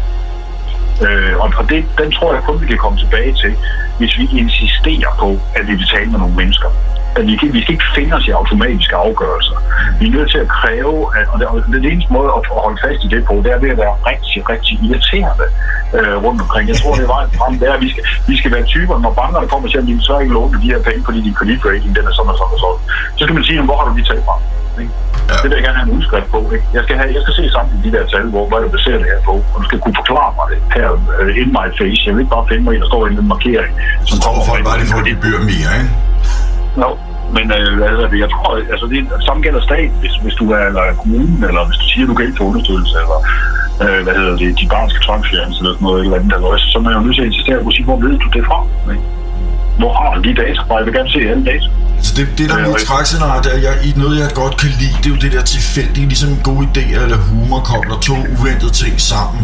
Og den tror jeg kun, vi kan komme tilbage til, hvis vi insisterer på, at vi vil tale med nogle mennesker. At vi skal ikke finde os i automatiske afgørelser. Vi er nødt til at kræve, og det eneste måde at holde fast i det på, det er ved at være rigtig, rigtig irriterende rundt omkring. Jeg tror, det er vejen frem, det er, at vi skal være typer, når bankerne kommer til at de så ikke låne de her penge, fordi din kreditrating, den er sådan og sådan og sådan. Så skal man sige, hvor har du de tal fra? Ja. Det vil jeg gerne have en udskrift på. Ikke? Jeg skal se sammen de der tal, hvad du baserer det her på, og du skal kunne forklare mig det her in my face. Jeg vil ikke bare finde mig, der står i en markering, som kommer fra... folk bare, de får de bøger mere, ikke? No. Men jeg tror, altså det samme gælder stat, hvis du er eller kommunen, eller hvis du siger, at du kan ikke få understøttelse, eller de barn skal tvangsfjernes, eller sådan noget, eller andet, eller så er man jo nødt til at insistere på at sige, hvor ved du det fra? Ikke? Hvor har du de data fra? Jeg vil gerne se alle data. Altså det der med trækscenarie, i noget, jeg godt kan lide, det er jo det der tilfældige, ligesom gode idéer eller humor kobler to uventede ting sammen.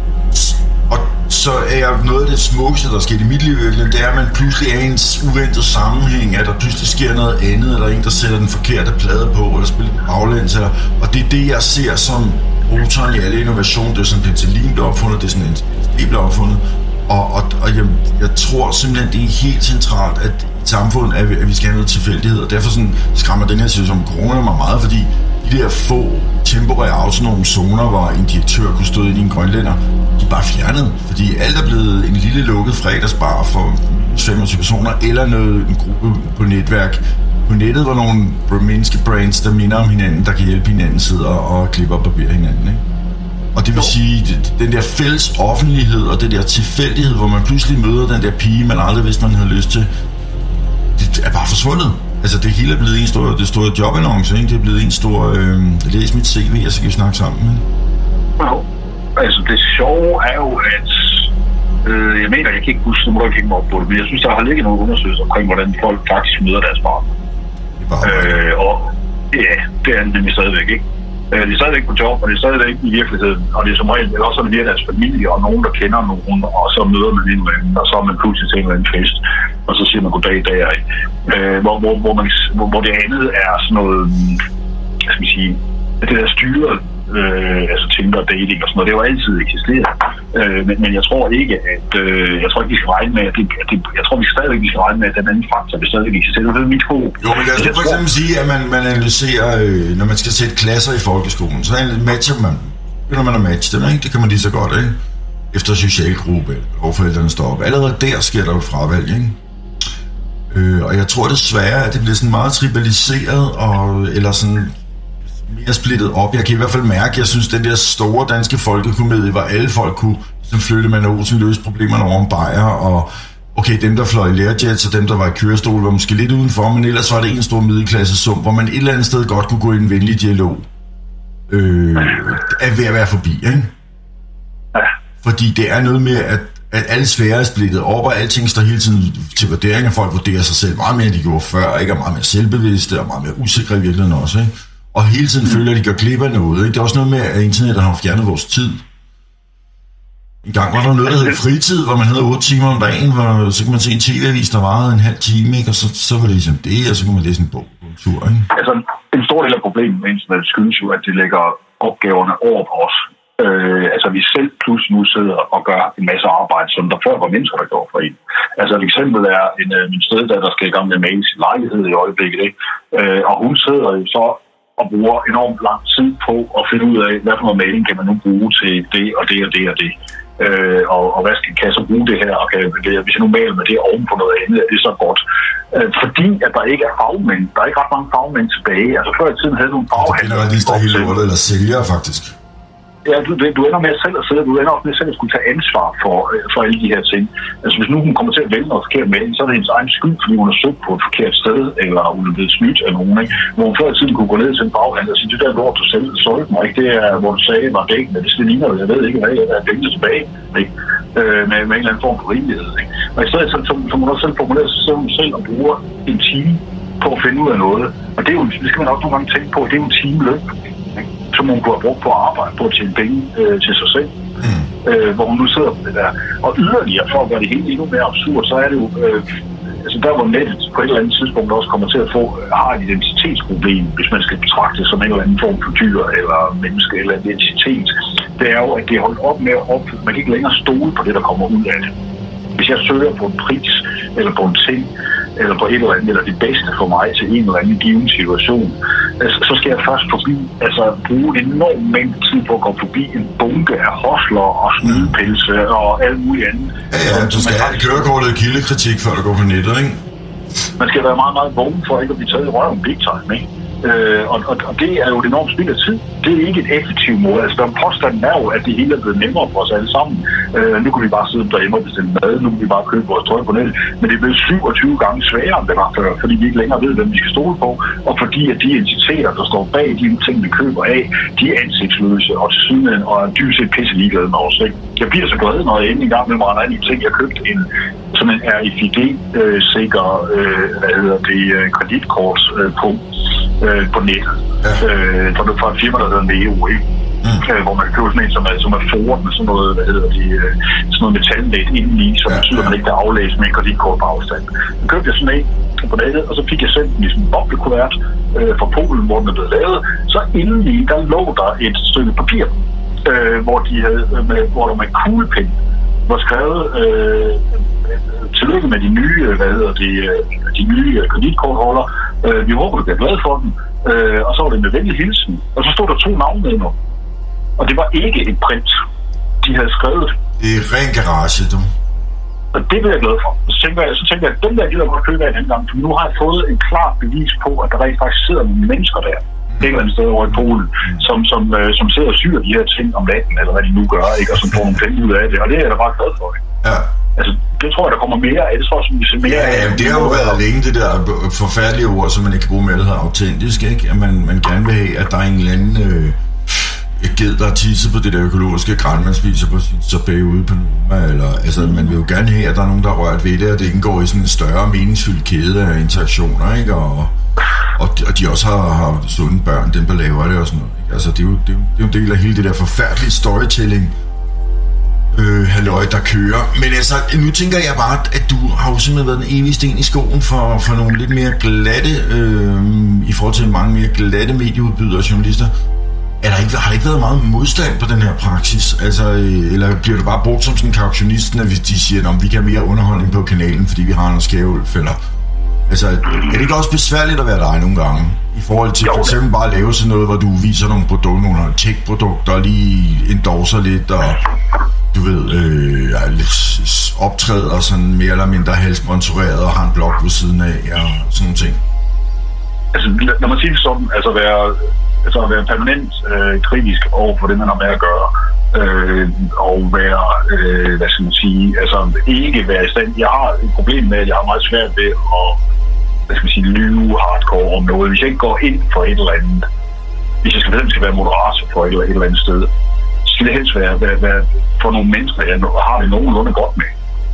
Og så er noget af det smukkeste, der sker i mit liv, det er, at man pludselig er i en uventet sammenhæng, at der pludselig sker noget andet, eller en, der sætter den forkerte plade på, eller spiller baglæns, og det er det, jeg ser som motoren i alle innovation. Det er sådan, penicillin blev opfundet, det er sådan, det blev opfundet, og jeg tror simpelthen, det er helt centralt, at i samfundet, at vi skal have noget tilfældighed, og derfor sådan skræmmer den her situation med corona mig meget, fordi de der få temporære autonome zoner, hvor en direktør kunne stå ind i en grønlænder, de er bare fjernet, fordi alt er blevet en lille lukket fredagsbar for 25 personer, eller en gruppe på netværk. På nettet var nogle menneskebrands, der minder om hinanden, der kan hjælpe hinanden, sidder og klipper og barberer hinanden, ikke? Og det vil sige, den der fælles offentlighed og den der tilfældighed, hvor man pludselig møder den der pige, man aldrig vidste, man havde lyst til, det er bare forsvundet. Altså det hele er blevet en stor, det store jobannonce, ikke? Det er blevet en stor, læs mit CV, og så kan vi snakke sammen, ikke? No. Altså det sjove er jo, at jeg mener, jeg kan ikke huske, nu må du ikke hænge mig op på det, men jeg synes, der har ligget nogle undersøgelser omkring, hvordan folk faktisk møder deres barn. Og ja, det er nemlig stadigvæk, ikke? Det er stadigvæk på job, og det er stadigvæk i virkeligheden, og det er som regel også via deres familie, og nogen, der kender nogen, og så møder man en eller anden, og så er man pludselig til en eller anden fest, og så siger man goddag der, ikke? Hvor det andet er sådan noget, hvad skal man sige, det der styret, altså Tinder og dating og sådan noget, det har jo altid eksisteret, men jeg tror ikke, at jeg tror ikke, vi skal regne med, jeg tror, vi skal regne med, at den anden faktor vil stadig eksistere. Det er mit håb. Jo, men lad os for eksempel sige, at man analyserer, når man skal sætte klasser i folkeskolen, så matcher man, når man har matchet dem, ikke? Det kan man lige så godt, ikke? Efter socialgruppe, hvor forældrene står op. Allerede der sker der jo fravalg, ikke? Og jeg tror desværre, at det bliver sådan meget tribaliseret, eller sådan mere splittet op. Jeg kan i hvert fald mærke, jeg synes, den der store danske folkekomedie, hvor alle folk kunne flytte med Olsen, løse problemerne over en bajer, og okay, dem der fløj i lærjets, og dem der var i kørestol, var måske lidt udenfor, men ellers var det en stor middelklassesum, hvor man et eller andet sted godt kunne gå i en venlig dialog. Er ved at være forbi, ikke? Fordi det er noget med, at alle sfærer er splittet op, og alting står hele tiden til vurdering, af folk vurderer sig selv meget mere, end de gjorde før, ikke? Og meget mere selvbevidste, og meget mere usikre i virkeligheden også, ikke? Og hele tiden føler, at de gør glip af noget, ikke? Det er også noget med, at internettet har fjernet vores tid. En gang var der noget, der hed fritid, hvor man havde 8 timer om dagen, hvor så kan man se en tv-avis, der varede en halv time, ikke? Og så var det ligesom det, og så kunne man læse en bog på en tur, ikke? Altså, en stor del af problemet med internet skyldes jo, at det lægger opgaverne over på os. Altså, vi selv pludselig nu sidder og gør en masse arbejde, som der før var mennesker, der gjorde for en. Altså, et eksempel er min steddatter, der skal i gang med at male sin lejlighed i øjeblikket, ikke? Og hun sidder jo så og bruger enormt lang tid på at finde ud af, hvad for noget maling kan man nu bruge til det og det og det og det. Og hvad kan jeg så bruge det her, og hvis jeg nu maler med det oven på noget andet, er det så godt. Fordi at der ikke er fagmænd, der er ikke ret mange fagmænd tilbage. Altså før i tiden havde du en faghandler. Det er lige der hele ordet, eller sælger faktisk. Ja, du ender med selv at sidde, du ender også med selv at skulle tage ansvar for alle de her ting. Altså hvis nu hun kommer til at vælge noget forkert med, så er det hendes egen skyld, fordi hun har søgt på et forkert sted, eller hun er blevet snydt af nogen, ikke? Hvor hun før i tiden kunne gå ned til en baghandler og sige, det der lort, du selv solgte mig, ikke? Det er, hvor du sagde, var dækkende, det ligner, jeg ved ikke, hvad jeg er dækkende tilbage, ikke? Med en eller anden form for rimelighed, ikke? Og i stedet så må du også selv formulere sig selv og bruger en time på at finde ud af noget. Og det er jo, det skal man også nogle gange tænke på, det er jo en timeløn, som hun kunne have brugt på at arbejde, på at tjene penge til sig selv. hvor hun nu sidder på det der. Og yderligere, for at gøre det helt endnu mere absurd, så er det jo... altså der, hvor nettet på et eller andet tidspunkt også kommer til at har et identitetsproblem, hvis man skal betragte det som en eller anden form for dyr eller menneske eller identitet, det er jo, at det er holdt op med at opfylde. Man kan ikke længere stole på det, der kommer ud af det. Hvis jeg søger på en pris, eller på en ting, eller på et eller andet, eller det bedste for mig til en eller anden given situation, så skal jeg først bruge en enorm mængde tid på at gå forbi en bunke af hostler og snydepelse og alt muligt andet. Ja, du skal have kørekortet kildekritik, før du går på nettet, ikke? Man skal være meget, meget vågen for ikke at blive taget i røven big time, ikke? Og det er jo et enormt spild af tid. Det er ikke et effektivt måde. Altså, påstanden er jo, at det hele er blevet nemmere for os alle sammen. Nu kan vi bare sidde derhjemme og bestille mad. Nu kan vi bare købe vores tøj på nettet. Men det er blevet 27 gange sværere, end det var før, fordi vi ikke længere ved, hvem vi skal stole på. Og fordi at de entiteter, der står bag de ting, vi køber af, de er ansigtsløse og til siden og er dybt set pisse ligeglade med os. Ikke? Jeg bliver så glad, når jeg endelig engang med mig en anden ting. Jeg købte sådan en RFID-sikker kreditkort på nettet. Fra et firma, der hedder Neo, ikke? Hvor man kan købe sådan en, som er foret med sådan noget, sådan noget metalnet indeni, som betyder, at man ikke kan aflæse med en kreditkort på afstand. Så købte jeg sådan en på nettet, og så fik jeg sendt den i sådan en boblekuvert fra Polen, hvor den er blevet lavet. Så indeni, der lå der et stykke papir, hvor der med kuglepen var skrevet tillykke med de nye, de nye kreditkortholder. Vi håber, du bliver glad for den. Og så var det en nødvendig hilsen. Og så stod der 2 navne med nu. Og det var ikke et print. De havde skrevet. Det er ren garage, du. Og det blev jeg glad for. Så tænker jeg, at den der gider godt købe af en anden gang. For nu har jeg fået en klar bevis på, at der rent faktisk sidder nogle mennesker der. Et eller andet sted over i Polen, som sidder og syr de her ting om natten, eller hvad de nu gør, ikke? Og som får nogle penge ud af det. Og det er jeg da bare glad for. Ikke? Ja. Altså, det tror jeg, der kommer mere af. Det tror jeg, som vi ser mere af. Ja, det har jo været længe, det der forfærdelige ord, som man ikke kan bruge med, der hedder autentisk, ikke? At man gerne vil have, at der er en eller anden ged, der er tisset på det der økologiske græn, man spiser på sin sorbet ude på Noma, eller, altså, man vil jo gerne have, at der er nogen, der er rørt ved det, og det ikke går i sådan en større meningsfyldt kæde af interaktioner, ikke? Og de også har sunde børn, dem der laver det og sådan noget, ikke? Altså, det er jo en del af hele det der forfærdelige storytelling, halløj, der kører. Men altså, nu tænker jeg bare, at du har jo simpelthen været den evige sten i skoen for nogle lidt mere glatte, i forhold til mange mere glatte medieudbydere og journalister. Har der ikke været meget modstand på den her praksis? Altså, eller bliver du bare brugt som sådan en kautionisten, at hvis de siger, at vi kan have mere underholdning på kanalen, fordi vi har noget skævulf, eller... Altså, er det ikke også besværligt at være dig nogle gange? I forhold til for eksempel bare at lave sådan noget, hvor du viser nogle produkter, nogle tech-produkter, og lige endorser lidt, og du ved, optræder sådan mere eller mindre halvsponsoreret, og har en blog ved siden af, og sådan nogle ting. Altså, når man siger det sådan, at være permanent kritisk over for det, man har med at gøre, og være, hvad skal man sige, altså ikke være i stand. Jeg har et problem med, at jeg har meget svært ved at, hvad skal man sige, lyve hardcore om noget. Hvis jeg ikke går ind for et eller andet, hvis jeg skal være moderator for et eller andet sted, så skal det helst være for nogle mennesker, jeg har det nogenlunde godt med.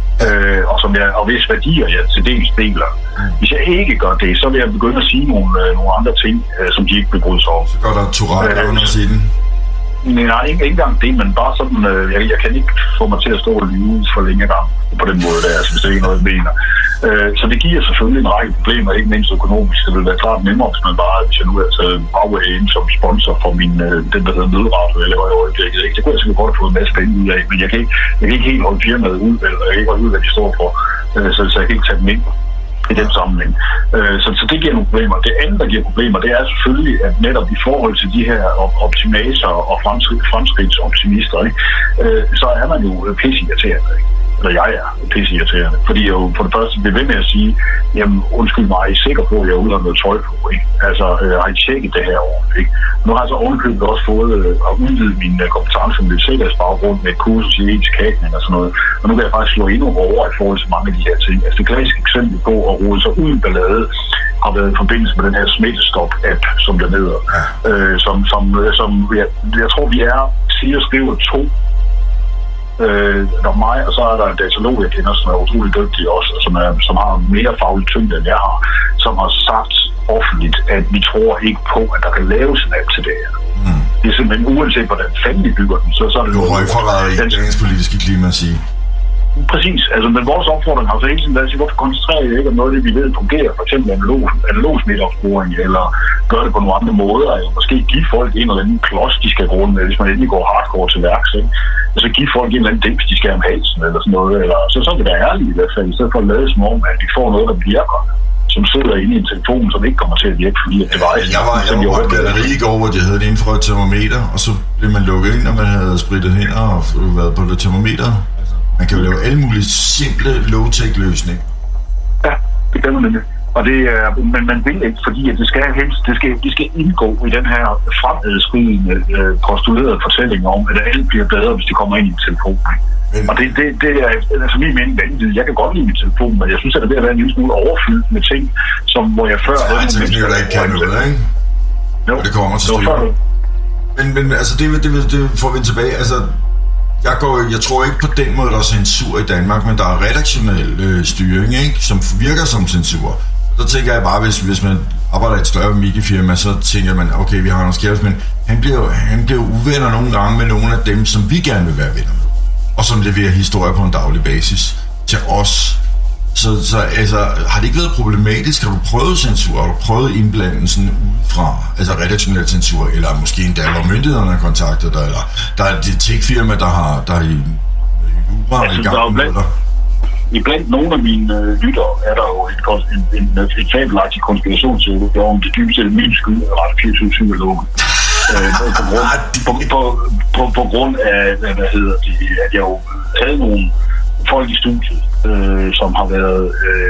Og hvis værdier jeg til dels deler. Hvis jeg ikke gør det, så vil jeg begynde at sige nogle andre ting, som de ikke vil bryde sig om. Så går der Tourette under siden? Nej, ikke engang det, men bare sådan, jeg kan ikke få mig til at stå og lyve for længe gang på den måde der, hvis det er ikke noget, jeg mener. Så det giver selvfølgelig en række problemer, ikke mindst økonomisk. Det vil være klart nemmere, hvis man bare, hvis jeg nu har taget Huawei ind som sponsor for den der hedder Nødradio, jeg laver i øjeblikket. Ikke? Det kunne jeg sikkert godt have fået en masse penge ud af, men jeg kan ikke helt holde firmaet ud, eller jeg kan ikke holde ud, hvad de står for, så jeg kan ikke tage dem ind i den sammenhæng. Så det giver nogle problemer. Det andet, der giver problemer, det er selvfølgelig, at netop i forhold til de her optimaser og fremskridtsoptimister, ikke? Så er man jo pisseirriterende, ikke? Eller jeg er pisseirriterende. Fordi jeg jo for det første bliver ved med at sige, jamen undskyld mig, er I sikker på, at jeg er ude af noget tøj på, ikke? Altså, har I tjekket det her over, ikke? Nu har jeg så ovenkøbet også fået at udvide min kompetence med sikkerhedsbaggrund med et kursus i etisk hacking og sådan noget. Og nu kan jeg faktisk slå endnu hårdere i forhold til mange af de her ting. Altså det klassiske eksempel på at rode sig ud i ballade har været i forbindelse med den her smittestop-app, som der hedder. Som jeg tror, vi er, siger og skriver 2. Der er mig, og så er der en datalog, jeg kender, som er utrolig dygtig også, som har mere faglig tyngde, end jeg har, som har sagt offentligt, at vi tror ikke på, at der kan laves en app til det her. det er simpelthen uanset, hvordan fanden de bygger den, så er det jo højforræder i dagens politiske klima at sige. Præcis, altså, men vores opfordring har så hele tiden været at sige, hvorfor koncentrerer jeg ikke om noget af det, vi ved fungerer, for eksempel analog smitteopsporing, eller gør det på nogle andre måder, eller måske give folk en eller anden klods, de skal gå rundt med, hvis man endelig går hardcore til værks, ikke? Altså give folk en eller anden dims, de skal have om halsen, eller sådan noget, eller så er det da ærligt i hvert fald, i stedet for at lade som om, at de får noget, der virker, som sidder inde i en telefon, som ikke kommer til at virke, fordi det var... Jeg var på et galleri i går, hvor de havde et infrarødt termometer, og så blev man lukket ind, når man havde spritet hænder og været på det termometer. Man kan jo lave alle mulige simple low-tech løsninger. Ja, det kan man nemlig. Og det er, men man vil ikke, fordi at det skal indgå i den her fremadskrigende postulerede fortælling om, at alt bliver bedre, hvis de kommer ind i en telefon. Men... Og det er altså min mening vanvittigt. Jeg kan godt lide min telefon, men jeg synes, at det er ved at være en lille smule overfyldt med ting, som hvor jeg før... Der er ting, der ikke kan noget, ikke? Jo. Og det kommer til stykke. Men altså, det får vi tilbage. Altså, jeg tror ikke på den måde, der er censur i Danmark, men der er redaktionel styring, ikke? Som virker som censur. Så tænker jeg bare, hvis man arbejder i et større mediefirma, så tænker man, okay, vi har Anders Kjærhus, men han bliver uvenner nogle gange med nogle af dem, som vi gerne vil være venner med, og som leverer historier på en daglig basis til os. Så altså, har det ikke været problematisk? Har du prøvet censur? Har du prøvet indblandelsen udefra? Altså redaktionel censur? Eller måske endda, hvor myndighederne har kontaktet dig? Eller der er et tech-firma, der i jura i gang med dig? Iblandt nogle af mine lytter er der jo et fabelagtig konspirationsteori om det dybeste min skyld af Radio 24/7 er lukket. På grund af, at jeg jo havde nogle folk i studiet, som har været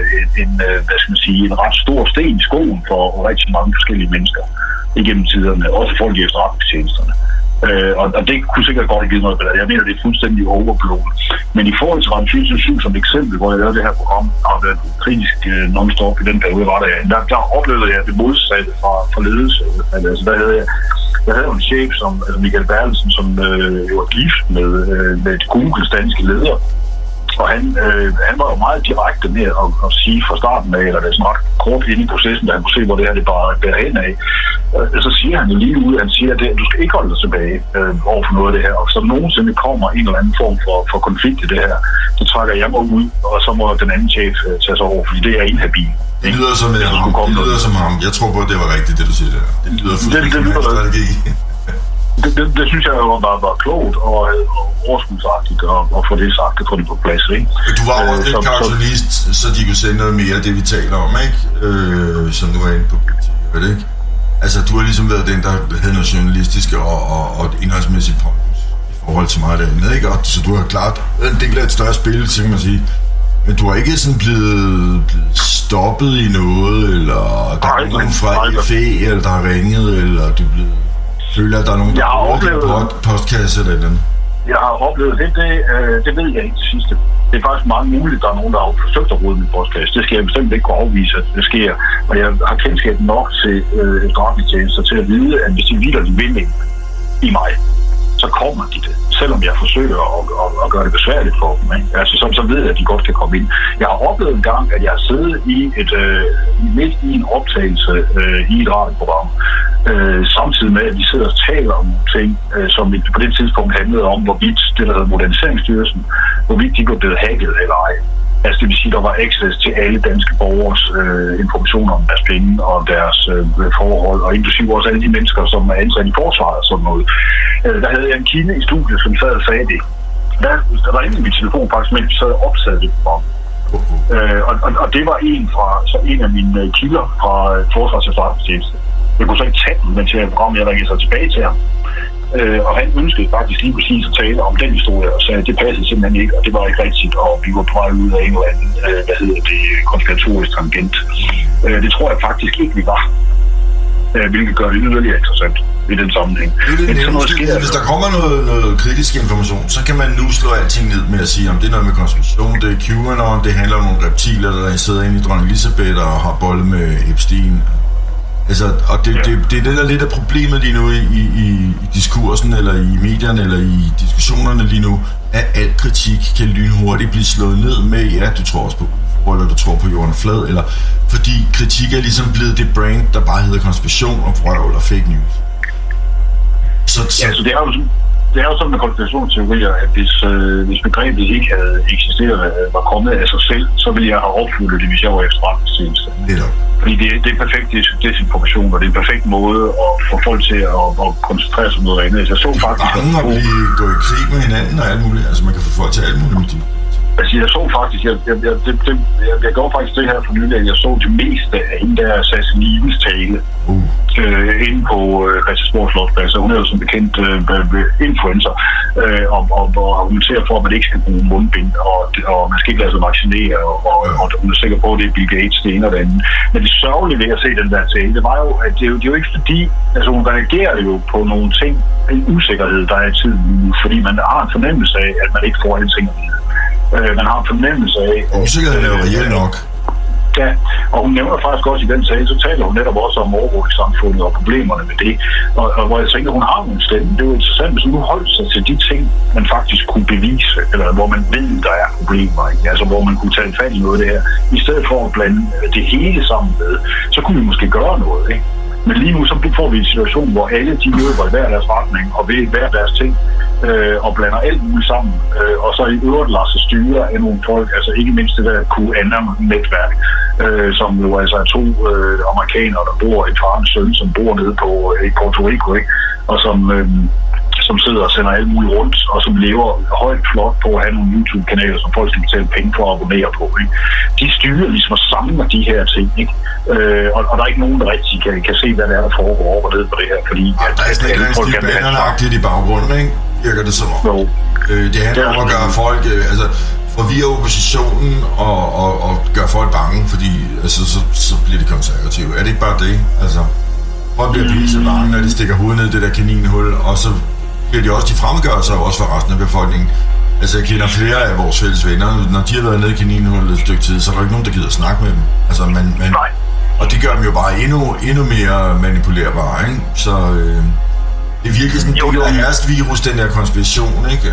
en ret stor sten i skoen for rigtig mange forskellige mennesker igennem tiderne, også folk i efterretningstjenesterne. Og det kunne sikkert godt have givet noget bedre. Jeg mener, det er fuldstændig overblown. Men i forhold til Radio 24/7 som eksempel, hvor jeg lavede det her program, har været kritisk non-stop i den periode, var der oplevede jeg det modsatte fra ledelse. Altså, jeg havde en chef som Michael Bertelsen, som jo var gift med et Googles danske leder. Og han var jo meget direkte med at sige fra starten af, eller det er sådan ret kort inde i processen, da han kunne se, hvor det her det bare bærer hen af. Så siger han jo lige ud, han siger, at du skal ikke holde dig tilbage over for noget af det her. Og så nogensinde kommer en eller anden form for konflikt i det her, så trækker jeg mig ud, og så må den anden chef tage sig over, fordi det er inhabil. Det lyder som ham. Jeg tror på, at det var rigtigt, det du siger der. Det lyder fuldstændig som strategi. Det synes jeg jo var klogt og overskudsagtigt at få det sagt og få det på plads, ikke? Du var også lidt kartonist, så de kunne sende noget mere af det, vi taler om, ikke? Som nu er inde på politiet, ikke? Altså, du har ligesom været den, der havde noget journalistisk og indholdsmæssigt pondus i forhold til meget andet, ikke? Og så du har klart en del af et større spil, så kan man sige. Men du har ikke sådan blevet stoppet i noget, eller der er nogen fra FE, eller der har ringet, eller du er blevet... Føler at der er nogen, der har oplevet postkasse eller noget? Jeg har oplevet det ved jeg ikke til sidste. Det er faktisk meget muligt, at der er nogen, der har forsøgt at rode min postkasse. Det skal jeg bestemt ikke kunne afvise, at det sker. Og jeg har kendskab nok til efterretningstjenester til at vide, at hvis de vitterligt vil ind i mig, så kommer de det. Selvom jeg forsøger at gøre det besværligt for dem. Ikke? Altså, så ved jeg, at de godt kan komme ind. Jeg har oplevet en gang, at jeg har siddet midt i en optagelse i et radioprogram, samtidig med, at vi sidder og taler om ting, som på det tidspunkt handlede om, hvorvidt det, der hedder Moderniseringsstyrelsen, hvorvidt de blev blevet hacket eller ej. Altså det vil sige, at der var access til alle danske borgers informationer om deres penge og deres forhold, og inklusive også alle de mennesker, som er ansat i forsvaret og sådan noget. Der havde jeg en kilde i studiet, som sad og sagde det. Der ringede min telefon faktisk, mens vi sad og opsagde det program. Og det var en af mine kilder fra Forsvars efterretningstjeneste. Jeg kunne så ikke tage den, mens jeg program, jeg ringede så tilbage til ham. Og han ønskede faktisk lige præcis at tale om den historie, og sagde, at det passede simpelthen ikke, og det var ikke rigtigt, og vi var på vej ud af en eller anden, konspiratorisk tangent. Det tror jeg faktisk ikke, vi var, hvilket gør det yderligere interessant i den sammenhæng. Hvis der kommer noget kritisk information, så kan man nu slå alting ned med at sige, om det er noget med konspiration, det er QAnon, det handler om nogle reptiler, der sidder inde i dronning Elisabeth og har bolle med Epstein. Altså, og det er det, der lidt af problemet lige nu i diskursen, eller i medierne, eller i diskussionerne lige nu, at al kritik kan lynhurtigt blive slået ned med, ja, du tror også på UFO, eller du tror på jorden er flad, eller fordi kritik er ligesom blevet det brand, der bare hedder konspiration og vrøvl og fake news. Ja, så det er jo sådan med konspirationsteorier, at hvis begrebet ikke havde eksisteret, var kommet af sig selv, så ville jeg have opfyldt det, hvis jeg var efterretningstjeneste. Fordi det er perfekt desinformation, og det er en perfekt måde at få folk til at koncentrere sig om noget andet. Jeg så faktisk... Bange at gå i krig med hinanden og alt muligt. Altså, man kan få folk til alt muligt. Altså, jeg så faktisk... Jeg gjorde faktisk det her for nylig, at jeg så det meste af hende der Sassanines tale. Inde på Christiansborg Slotsplads. Hun er jo som bekendt influencer og argumenterer for, at man ikke skal bruge mundbind, og man skal ikke lade sig vaccinere, og hun er sikker på, at det er Bill Gates, det ene og det andet. Men det sørgelige ved at se den der tale, det var jo, at det er jo ikke fordi, altså hun reagerer jo på nogle ting, en usikkerhed, der er i tiden, fordi man har en fornemmelse af, at man ikke får alle ting at vide. Man har en fornemmelse af... Usikkerheden er jo reelt nok. Ja, og hun nævner faktisk også i den sag, så taler hun netop også om overvågningssamfundet og problemerne med det. Og hvor jeg tænker, hun har nogle stemme. Det er jo interessant, hvis hun holdt sig til de ting, man faktisk kunne bevise, eller hvor man ved, der er problemer, ikke? Altså hvor man kunne tage fat i noget af det her. I stedet for at blande det hele sammen med, så kunne vi måske gøre noget, ikke? Men lige nu så får vi en situation, hvor alle de løber i hver deres retning og ved hver deres ting og blander alt muligt sammen. Og så i øvrigt lader sig styre af nogle folk, altså ikke mindst det der QAnon-netværk, som jo altså er 2 amerikanere, der bor i farens søn, som bor nede i Puerto Rico, ikke? Og som sidder og sender alt muligt rundt, og som lever højt flot på at have nogle YouTube-kanaler, som folk skal betale penge for at abonnere på, ikke? De styrer ligesom og samler de her ting, ikke? Og der er ikke nogen, der rigtig kan se, hvad det er, der foregår over ned på det her, fordi... Der er sådan et eller andet stil baneragtigt i baggrunden, ikke? Virker det som om. Jo. Det handler om at gøre folk... Altså, forvirre oppositionen og gøre folk bange, fordi altså, så bliver det konservative. Er det ikke bare det? Altså, folk bliver pisse bange, når de stikker hovedet ned i det der kaninhul, og så bliver de også, de fremmedgør sig også for resten af befolkningen. Altså, jeg kender flere af vores fælles venner, når de har været nede i kaninhullet et stykke tid, så er der ikke nogen, der gider at snakke med dem. Altså, og det gør dem jo bare endnu mere manipulerbare, ikke? Så det er virkelig sådan en del af herskvirus, den der konspiration, ikke?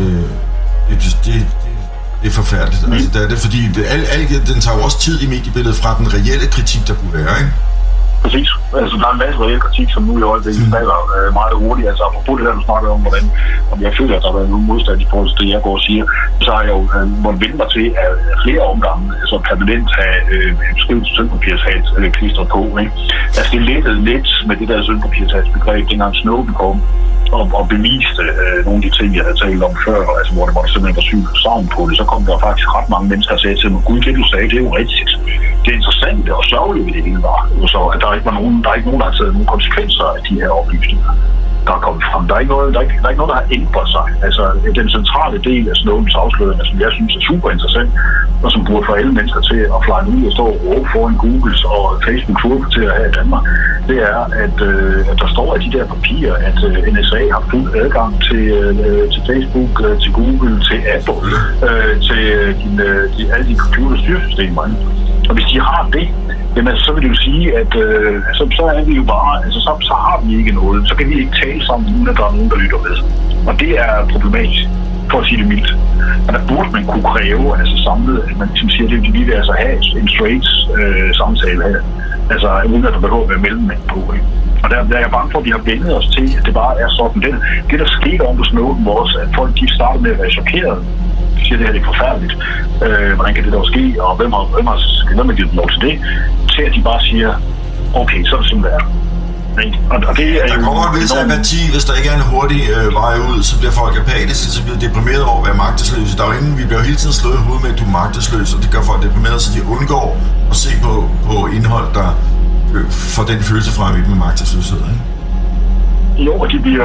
Det er forfærdeligt. Altså, det er det, fordi den tager jo også tid i mediebilledet fra den reelle kritik, der kunne være, ikke? Præcis. Altså, der er en masse reel kritik, som nu i øjeblikket falder meget hurtigt. Altså, apropos det der, du snakker om, om jeg føler, at der har været nogen modstand i forhold til det, jeg går og siger, så har jeg jo måttet vende mig til at flere omgange, altså permanent have skrivet sølvpapirshat klistret på, ikke? Altså, det lettede lidt med det der sølvpapirshat-begreb, dengang Snowden kom, og beviste nogle af de ting, jeg havde talt om før, altså hvor det var simpelthen var sygt savn på det, så kom der faktisk ret mange mennesker, der sagde til mig, gud, det du sagde, det er jo rigtigt. Det interessante og sørgelige ved det hele var, så at der er ikke nogen, der har taget nogen konsekvenser af de her oplysninger, der er kommet frem. Der er ikke noget, der har ændret sig. Altså, den centrale del af Snowdens afsløringer, som jeg synes er super interessant, og som burde få alle mennesker til at flyne ud og stå og råbe foran Googles og Facebooks hovedkvarter her i Danmark, det er, at der står i de der papirer, at NSA har fuld adgang til Facebook, til Google, til Apple, til alle de computerstyresystemer. Og hvis de har det, jamen, så vil det jo sige, at så er vi jo bare, altså så har vi ikke noget. Så kan vi ikke tale sammen, uden at der er nogen, der lytter med. Og det er problematisk, for at sige det mildt. Og der burde man kunne kræve, altså samlet, at man ligesom siger, at vi vil altså have en straight samtale her. Altså uden at der behøver at være mellemmænd på, ikke? Og der er jeg bange for, at vi har vendet os til, at det bare er sådan. Det der skete om på Snowden var også, at folk de startede med at være chokeret. De siger, at det her er forfærdeligt. Hvordan kan det dog ske? Og hvem har givet lov til det? Til at de bare siger, okay, så er det sådan, det er. Og det er der kommer en vis apati, hvis der ikke er en hurtig vej ud, så bliver folk apatiske, så bliver deprimeret over at være magtesløse. Der er jo ingen, vi bliver hele tiden slået i hovedet med, at du er magtesløs, og det gør folk deprimeret, så de undgår at se på indhold, der får den følelse fra at vi med magtesløshed, ikke? Jo, og de bliver...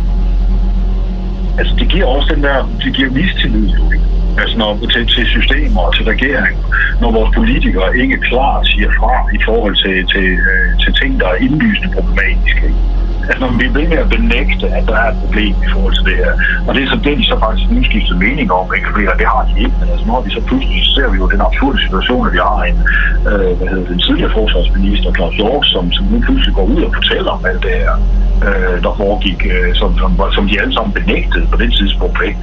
altså, det giver også den der... Det giver mistillid, jo, ikke? Altså til systemer og til regeringer, når vores politikere ikke klart siger fra i forhold til ting, der er indlysende problematiske. Altså når vi er ved med at benægte, at der er et problem i forhold til det her. Og det er så det, de så faktisk nu skiftet mening om, ikke? Fordi det har de ikke. Men altså når vi så pludselig ser vi jo den absurde situation, at vi har den tidligere forsvarsminister, Claus Hjort, som nu pludselig går ud og fortæller om alt det her, der foregik, som de alle sammen benægtede på det tidspunkt, ikke?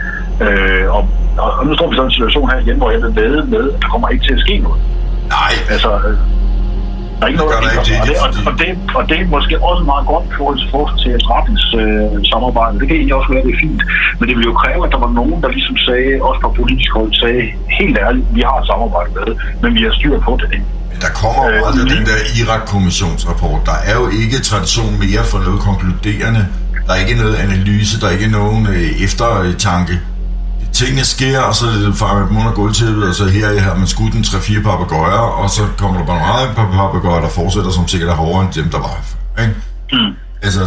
Og nu står vi sådan en situation her igen, hvor jeg vil vædde med, at der kommer ikke til at ske noget. Nej. Altså, Der er ikke noget, og det er måske også meget godt i forhold til efterretningssamarbejde. Det kan egentlig også være, det er fint. Men det ville jo kræve, at der var nogen, der ligesom sagde, også fra politisk hold, sagde, helt ærligt, vi har et samarbejde med, men vi har styr på det. Der kommer jo aldrig den der Irak-kommissionsrapport. Der er jo ikke tradition mere for noget konkluderende. Der er ikke noget analyse, der er ikke nogen eftertanke. Tingene sker, og så farer man dem under gulvtæppet, og så her har man skudt en 3-4 papegøjer, og så kommer der bare meget papegøjer, der fortsætter, som sikkert er hårdere end dem, der var før. Ikke? Altså,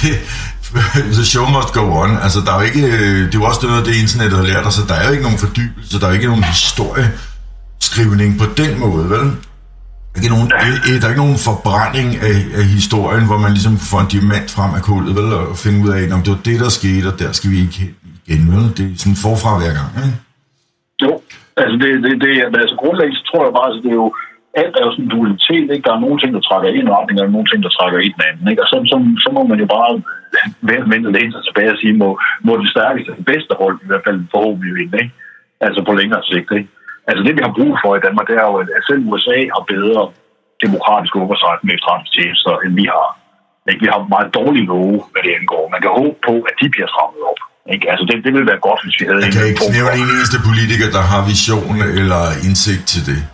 the show must go on. Altså, der er jo ikke, det er jo også noget, det internettet har lært os, så der er jo ikke nogen fordybelse, der er jo ikke nogen historieskrivning på den måde, vel? Der er ikke nogen forbrænding af historien, hvor man ligesom får en diamant frem af kullet, vel, og finde ud af, om det var det, der skete, og der skal vi ikke igen, vel? Det er sådan forfra hver gang, ikke? Jo, altså altså grundlæggende så tror jeg bare, at det er jo, alt er jo sådan en dualitet, ikke? Der er nogle ting, der trækker i en retning, og der er nogle ting, der trækker i den anden, ikke? Og så må man jo bare vente læne sig tilbage og sige, må det stærkeste, det bedste hold, i hvert fald forhåbentlig vinde, ikke? Altså på længere sigt, ikke? Altså det, vi har brug for i Danmark, det er jo, at selv USA har bedre demokratisk oversigt med efterretningstjenester, end vi har. Ikke? Vi har meget dårlige love, hvad det angår. Man kan håbe på, at de bliver strammet op. Ikke? Altså det ville være godt, hvis vi havde... Jeg kan ikke nævne en eneste politiker, der har vision eller indsigt til det.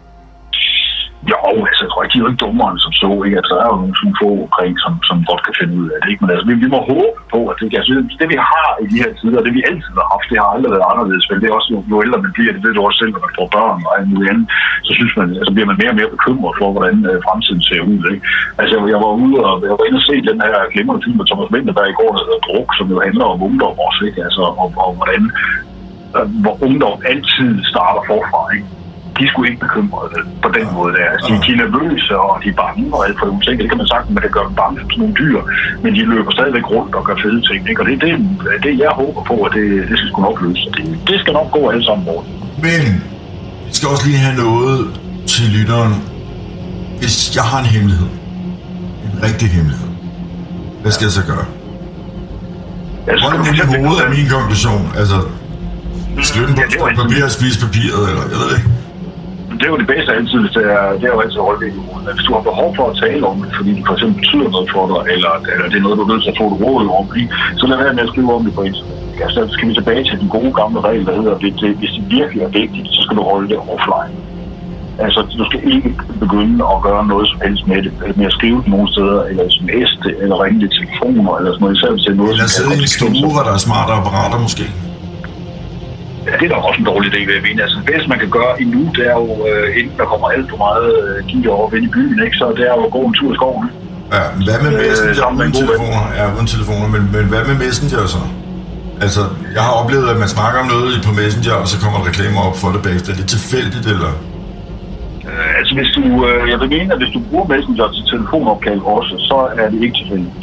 Jo, altså jeg tror ikke, de er jo ikke dummere end som så, ikke? Altså der er jo nogle sådan få omkring, som godt kan finde ud af det, ikke? Men altså vi må håbe på, at det vi har i de her tider, det vi altid har haft, det har aldrig været anderledes, vel? Det er også jo ældre man bliver, det ved du også selv, når man får børn og alt muligt andet, så synes man, altså bliver man mere og mere bekymret for, hvordan fremtiden ser ud, ikke? Altså jeg var ude og jeg var inde og se den her glimrende film med Thomas Vinterberg i går, der hedder Druk, som jo handler om ungdom også, ikke? Altså og hvordan hvor ungdom altid starter forfra, ikke? De skulle ikke bekymre på den måde der. Altså, de er nervøse, og de er bange og alt for nogle ting. Det kan man sagt, man kan gøre dem bange som sådan nogle dyr, men de løber stadigvæk rundt og gør fede ting. Ikke? Og det jeg håber på, at det skal sgu nok løse. Det skal nok gå alle sammen bort. Men vi skal også lige have noget til lytteren. Hvis jeg har en hemmelighed, en rigtig hemmelighed, hvad skal jeg så gøre? Hold den i hovedet af min konklusion. Altså, sløn på papir og spise papiret, eller jeg ved det ikke. Det er jo det bedste altid, hvis det er jo altid holdt i hovedet. Hvis du har behov for at tale om det, fordi det for eksempel betyder noget for dig, eller det er noget, du er nødt til at få det råd om, så lad være med at skrive om det på internet. Altså, så skal vi tilbage til den gode gamle regel, der hedder, at hvis det virkelig er vigtigt, så skal du holde det offline. Altså, du skal ikke begynde at gøre noget som helst med det, med at skrive det nogle steder, eller sms det, eller ringe det telefoner, eller sådan noget, især hvis det er noget, eller sidde i en stue, hvor der er smarte apparater måske. Ja, det er da også en dårlig idé, vil jeg mene. Altså, det bedste, man kan gøre endnu, det er jo, inden der kommer alt for meget gear over ind i byen, ikke? Så det er jo at gå en tur i skoven. Ja, hvad med Messenger uden telefoner? Ja, uden telefoner, men hvad med Messenger så? Altså, jeg har oplevet, at man snakker om noget på Messenger, og så kommer der reklamer op for det bagefter. Er det tilfældigt, eller? Altså, jeg vil mene, at hvis du bruger Messenger til telefonopkald også, så er det ikke tilfældigt.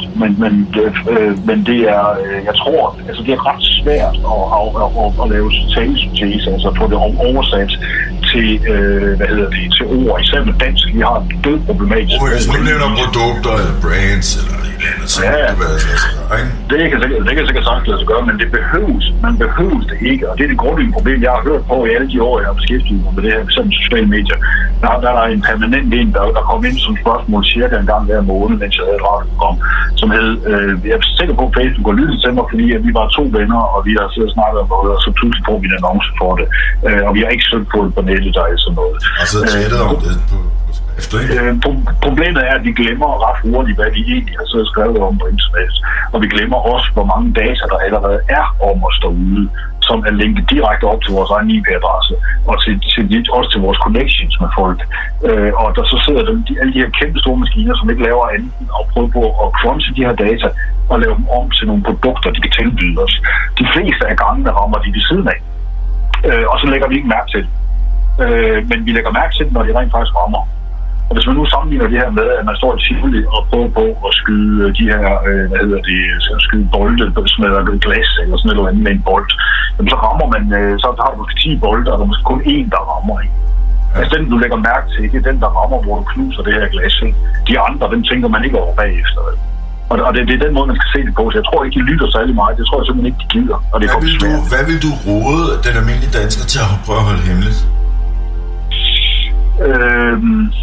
Men det er, jeg tror, altså det er ret svært at lave talesyntese, altså få det oversat til, til ord, især med dansk. Vi har en død problematisk. Hvis man nævner produkter eller brands eller et eller andet, så det vil altså ikke? Det kan sikkert sagtens lade sig gøre, men man behøves det ikke, og det er det grundlæggende problem, jeg har hørt på i alle de år, jeg har beskæftiget mig med det her, sådan sociale medier. Der er en permanent en, der kom ind som spørgsmål cirka en gang hver måned, mens jeg havde et radioprogram, som hed, jeg er sikker på, at Facebook og lyttede til mig, fordi vi var 2 venner, og vi har siddet og snakket om noget, og så pludselig får vi en annonce for det. Og vi har ikke søgt på det på nettet, der er sådan noget. Og så tættet om det på skrift, ikke? Problemet er, at vi glemmer ret hurtigt, hvad vi egentlig har siddet og skrevet om på internet. Og vi glemmer også, hvor mange data, der allerede er om os derude, som er linket direkte op til vores egen IP-adresse, og også til vores connections med folk. Og der så sidder alle de her kæmpe store maskiner, som ikke laver andet og prøver på at crunche de her data og lave dem om til nogle produkter, de kan tilbyde os. De fleste af gangene rammer de ved siden af. Og så lægger vi ikke mærke til det. Men vi lægger mærke til det, når de rent faktisk rammer. Og hvis man nu sammenligner det her med, at man står i Tivoli og prøver på at skyde de her, skyde bolde, smadre glas eller sådan noget andet med en bold, jamen så rammer man, så har du måske 10 bolde, og der er måske kun én, der rammer, ikke? Ja. Altså den, du lægger mærke til, det er den, der rammer, hvor du knuser det her glas, ikke? De andre, dem tænker man ikke over bagefter, vel? Og det er den måde, man skal se det på, så jeg tror ikke, de lytter særlig meget. Det tror jeg simpelthen ikke, de gider. Og det hvad vil du råde den almindelige dansker til at prøve at holde hemmeligt?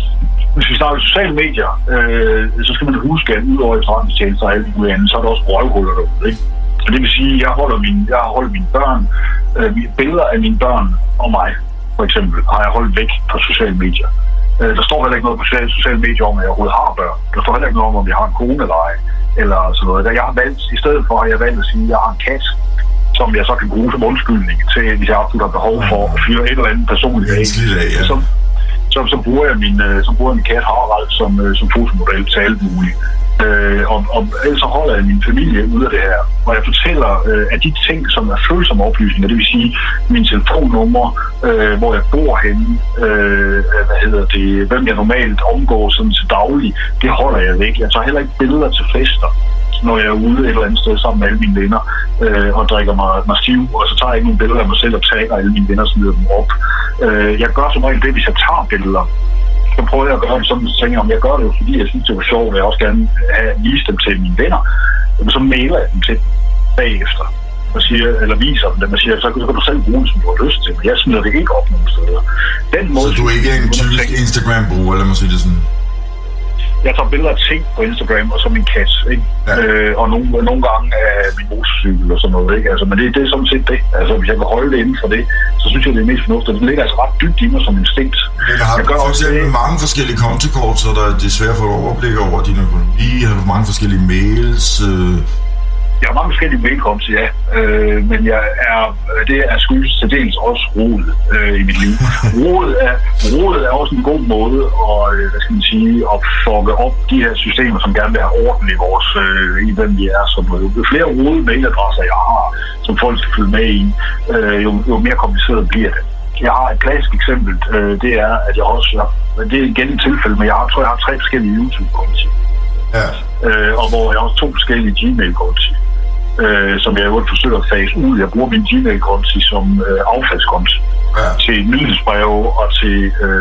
Hvis vi snakker sociale medier, så skal man huske, at udover efterretningstjenester og alt muligt andet, så er der også røvhuller derude, ikke? Og det vil sige, at jeg har holdt mine børn, billeder af mine børn og mig, for eksempel, har jeg holdt væk fra sociale medier. Der står heller ikke noget på sociale medier om, at jeg overhovedet har børn. Der står heller ikke noget om jeg har en kone eller ej, eller sådan noget. Jeg har valgt, i stedet for, at jeg valgt at sige, at jeg har en kat, som jeg så kan bruge som undskyldning til, hvis jeg absolut har behov for at fyre et eller andet personligt af. Så bruger jeg min kat Harald som fotomodel til alt muligt. Og ellers holder jeg min familie ud af det her. Og jeg fortæller af de ting, som er følsomme oplysninger, det vil sige min telefonnummer, hvor jeg bor henne, hvem jeg normalt omgår sådan til daglig, det holder jeg væk. Jeg tager heller ikke billeder til fester, når jeg er ude et eller andet sted sammen med alle mine venner og drikker mig stiv, og så tager jeg ikke nogle billeder af mig selv og tager alle mine venner og smider dem op. Jeg gør som regel det, hvis jeg tager billeder. Så prøver jeg at gøre det sådan, så tænker jeg, om jeg gør det jo, fordi jeg synes, det var sjovt, og jeg også gerne vise dem til mine venner. Men så mailer jeg dem til bagefter, og siger, eller viser dem, og siger, så kan du selv bruge det, som du har lyst til, men jeg smider det ikke op nogen steder. Den måde, så du er ikke en typisk Instagram-bruger, eller må sige det sådan? Jeg tager billeder af ting på Instagram, og så min kat, ikke? Ja. Og nogle gange af min motorcykel og sådan noget, ikke? Altså, men det er sådan set det. Altså, hvis jeg kan holde det inden for det, så synes jeg, det er mest fornuftigt. Det ligger altså ret dybt i mig som instinkt. Men har du for eksempel mange forskellige kontokort, så det er svært at få et overblik over din økonomi? Har du mange forskellige mails? Jeg har mange forskellige mailkonti, ja. Men det er skyldes til dels også rod i mit liv. Rodet er også en god måde at fucke op de her systemer, som gerne vil have orden i i hvem vi er. Så jo flere rodede mailadresser jeg har, som folk skal følge med i, jo mere kompliceret bliver det. Jeg har et klassisk eksempel, det er, at jeg også, det er igen et tilfælde, men jeg tror, jeg har 3 forskellige YouTube-konti. Ja. Og hvor jeg har også 2 forskellige Gmail-konti. Som jeg jo forsøger at fase ud. Jeg bruger min Gmail-konti som affaldskonti til nyhedsbreve og til,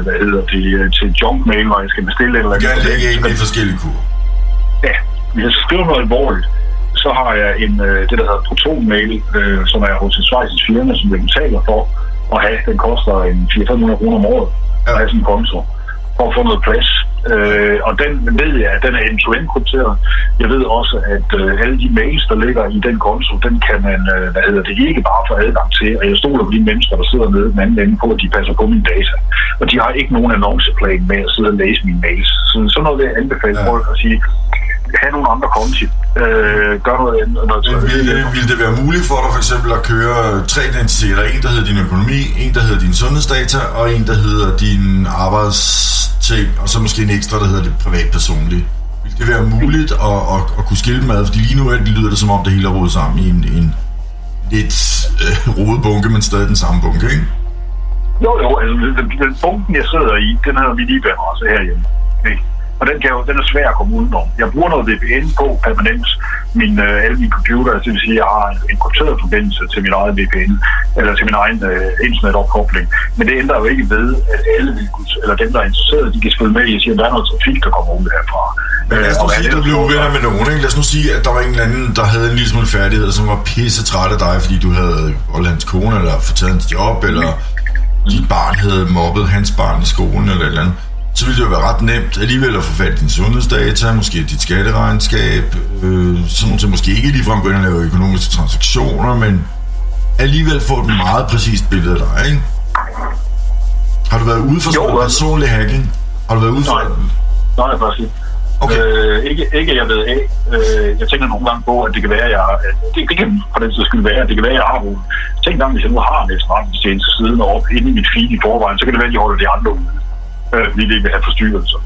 til junkmail, når jeg skal bestille et eller andet. Du kan lægge ind i forskellige kurver. Ja, hvis jeg skal skrive noget alvorligt, så har jeg det, der hedder Proton-mail, som er hos en schweizisk firma, som jeg betaler for at have. Den koster 400-500 kroner om året at have sådan en konto for at få noget plads. Og den ved jeg, at den er end-to-end krypteret. Jeg ved også, at alle de mails, der ligger i den konto, den kan man, ikke bare få adgang til. Og jeg stoler på de mennesker, der sidder nede den anden ende på, at de passer på mine data. Og de har ikke nogen annonceplan med at sidde og læse mine mails. Så sådan noget vil jeg anbefale folk at sige, have nogle andre konti. Gør noget andet. Vil det være muligt for dig for eksempel at køre 3 identiteter? En, der hedder din økonomi, en, der hedder din sundhedsdata, og en, der hedder din arbejdsting, og så måske en ekstra, der hedder det privatpersonlige. Vil det være muligt at kunne skille dem ad? Fordi lige nu lyder det som om, det hele er rodet sammen i en lidt rodet bunke, men stadig den samme bunke, ikke? Jo, altså den bunken, jeg sidder i, den hedder min IP-adresse herhjemme. Okay. Og den er svær at komme udenom. Jeg bruger noget VPN på permanent alle mine computer, det vil sige, at jeg har en krypteret forbindelse til min egen VPN, eller til min egen internetopkobling. Men det ændrer jo ikke ved, at alle, eller dem, der er interesseret, de kan spille med i og sige, at der er noget trafik, der kommer ud herfra. Men lad os nu sige, at du blev uvenner med nogen, ikke? Lad os nu sige, at der var en eller anden, der havde en lille smule færdighed, som var pisse træt af dig, fordi du havde holdt hans kone, eller fortaget hans job, eller dit barn havde mobbet hans barn i skolen, eller et eller andet. Så ville det jo være ret nemt alligevel at få fat i din sundhedsdata, måske dit skatteregnskab, sådan til måske ikke ligefrem gå ind og lave økonomiske transaktioner, men alligevel få et meget præcist billede af dig, ikke? Har du været ude for sådan noget personlig hacking? Har du været ude for det? Nej, faktisk ikke. Okay. Ikke jeg ved af. Jeg tænker nogle gange på, at det kan være, at det kan på den skyld være, at det kan være, at jeg har nogle. Tænk engang, hvis jeg nu har en efterretningstjeneste siden og op inde i mit feed i forvejen, så kan det være, at de holder de andre ude. Fordi det ikke vil have forstyrrelser.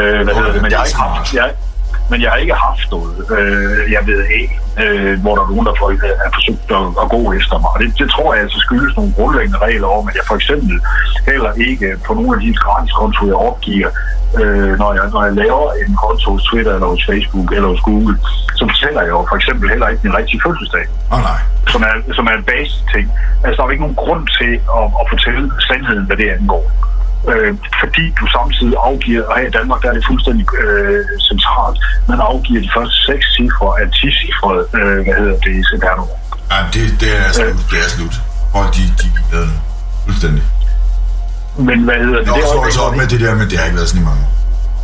Men jeg har ikke haft noget, jeg ved af, hvor der er nogen, der har forsøgt at gå efter mig. Og det tror jeg altså skyldes nogle grundlæggende regler om, at jeg for eksempel heller ikke på nogle af de gratiskontoer, jeg opgiver, når jeg laver en konto hos Twitter eller hos Facebook eller hos Google, så fortæller jeg jo for eksempel heller ikke min rigtige fødselsdag. Nej. Som er en basis ting. Altså der er ikke nogen grund til at fortælle sandheden, hvad det angår. Fordi du samtidig afgiver, og her i Danmark der er det fuldstændig centralt, man afgiver de første 6 cifre af 10-cifret, CPR-nummer. Ja, det er slut. Og de ved fuldstændig. Men hvad hedder det? Det er også op med det der, men det har ikke været sådan i mange.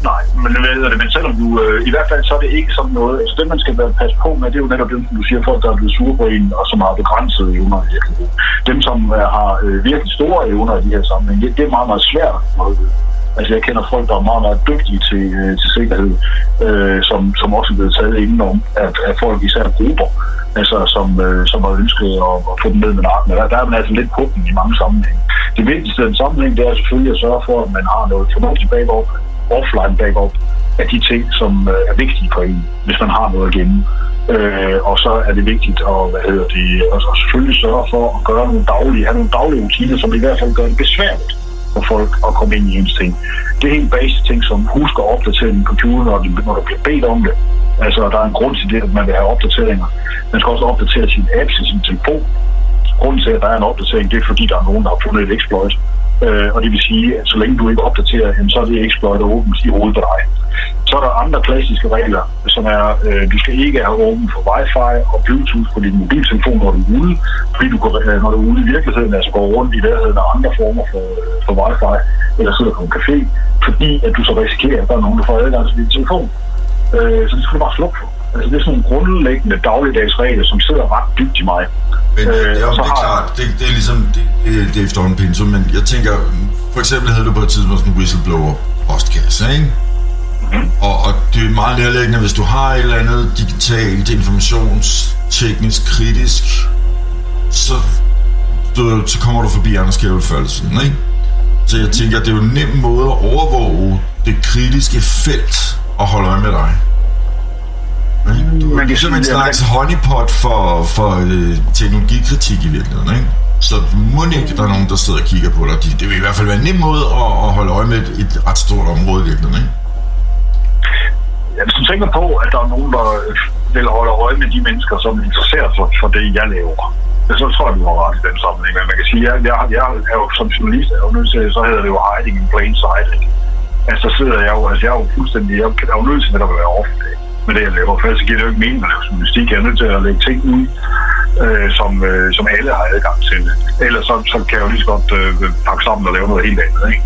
Nej, men selvom du, i hvert fald så er det ikke sådan noget, altså det man skal være passe på med, det er jo netop dem, som du siger, folk der er blevet sure på en, og som har begrænsede evner i virkeligheden. Dem, som har virkelig store evner i de her sammenhæng, det er meget, meget svært. Altså jeg kender folk, der er meget, meget dygtige til sikkerhed, som også er blevet taget indenom af folk, især grupper, altså som har ønsket at få dem ned med nakken. Der er man altså lidt på den i mange sammenhænge. Det vigtigste af den sammenhæng, det er selvfølgelig at sørge for, at man har noget fornuftigt backup, offline backup af de ting, som er vigtige for en, hvis man har noget at gemme. Og så er det vigtigt at selvfølgelig sørge for at have nogle daglige rutiner, som i hvert fald gør det besværligt for folk at komme ind i ens ting. Det er helt basic ting, som husk at opdatere din computer, når du bliver bedt om det. Altså, der er en grund til det, at man vil have opdateringer. Man skal også opdatere sine apps i sin telefon. Grunden til, at der er en opdatering, det er fordi, der er nogen, der har fundet et exploit. Og det vil sige, at så længe du ikke opdaterer, så er det exploit åbent i hovedet på dig. Så er der andre klassiske regler, som er, du skal ikke have åben for wifi og bluetooth på din mobiltelefon, når du er ude. Fordi når du er ude i virkeligheden, altså går rundt i nærheden af andre former for wifi, eller sidder på en café, fordi at du så risikerer, at der er nogen, der får adgang til din telefon. Så det skal du bare slukke for. Altså det er sådan nogle grundlæggende dagligdags regler, som sidder ret dybt i mig. Men det er klart, det er ligesom, det er efterhånden pensum, men jeg tænker, for eksempel havde du på et tidspunkt sådan en whistleblower-postkasse, ikke? Mm-hmm. Og det er meget nærliggende, hvis du har et eller andet digitalt, informationsteknisk, kritisk, så kommer du forbi Anders Kjærulf-følelsen, ikke? Så jeg tænker, det er jo en nem måde at overvåge det kritiske felt og holde øje med dig. Du er ligesom en slags honeypot for teknologikritik i virkeligheden, ikke? Så må ikke der er nogen, der sidder og kigger på dig. Det vil i hvert fald være en nem måde at holde øje med et ret stort område i virkeligheden, ikke? Jeg tænker på, at der er nogen, der vil holde øje med de mennesker, som interesserer sig for det, jeg laver. Så tror jeg, du har ret i den sammenhæng. Men man kan sige, at jeg er jo som journalist, så hedder det jo hiding in plain sight, ikke? Altså, så sidder jeg jo, jeg er jo fuldstændig, jeg er jo nødt til at være offentlig med det, jeg laver. For ellers giver det jo ikke mening at lave journalistik. Jeg er nødt til at lægge ting ud, som alle har adgang til. Ellers så kan jeg jo lige så godt pakke sammen og lave noget helt andet, ikke?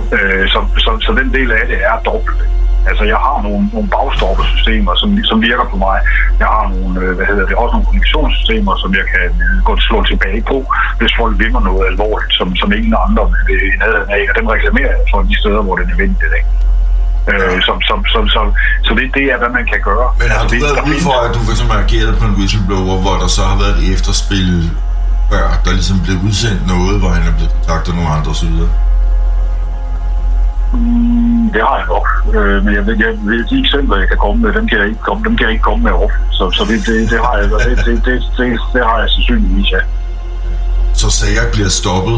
Så den del af det er dobbelt. Altså, jeg har nogle bagstoppersystemer, som virker på mig. Jeg har også nogle kommunikationssystemer, som jeg kan godt slå tilbage på, hvis folk vil mig noget alvorligt, som ingen andre vil i nærheden af. Og dem reklamerer jeg for de steder, hvor det er nødvendigt, ikke? Så det er, hvad man kan gøre. Men har du været ude for, at du for eksempel har ageret på en whistleblower, hvor der så har været et efterspil før, der ligesom blev udsendt noget, hvor han er blevet kontaktet nogle andre sider? Det har jeg nok, men jeg ved de eksempler, jeg kan komme med, dem kan jeg ikke komme med offentligt. Så det har jeg, det har jeg sandsynligvis, ja. Så sager bliver stoppet?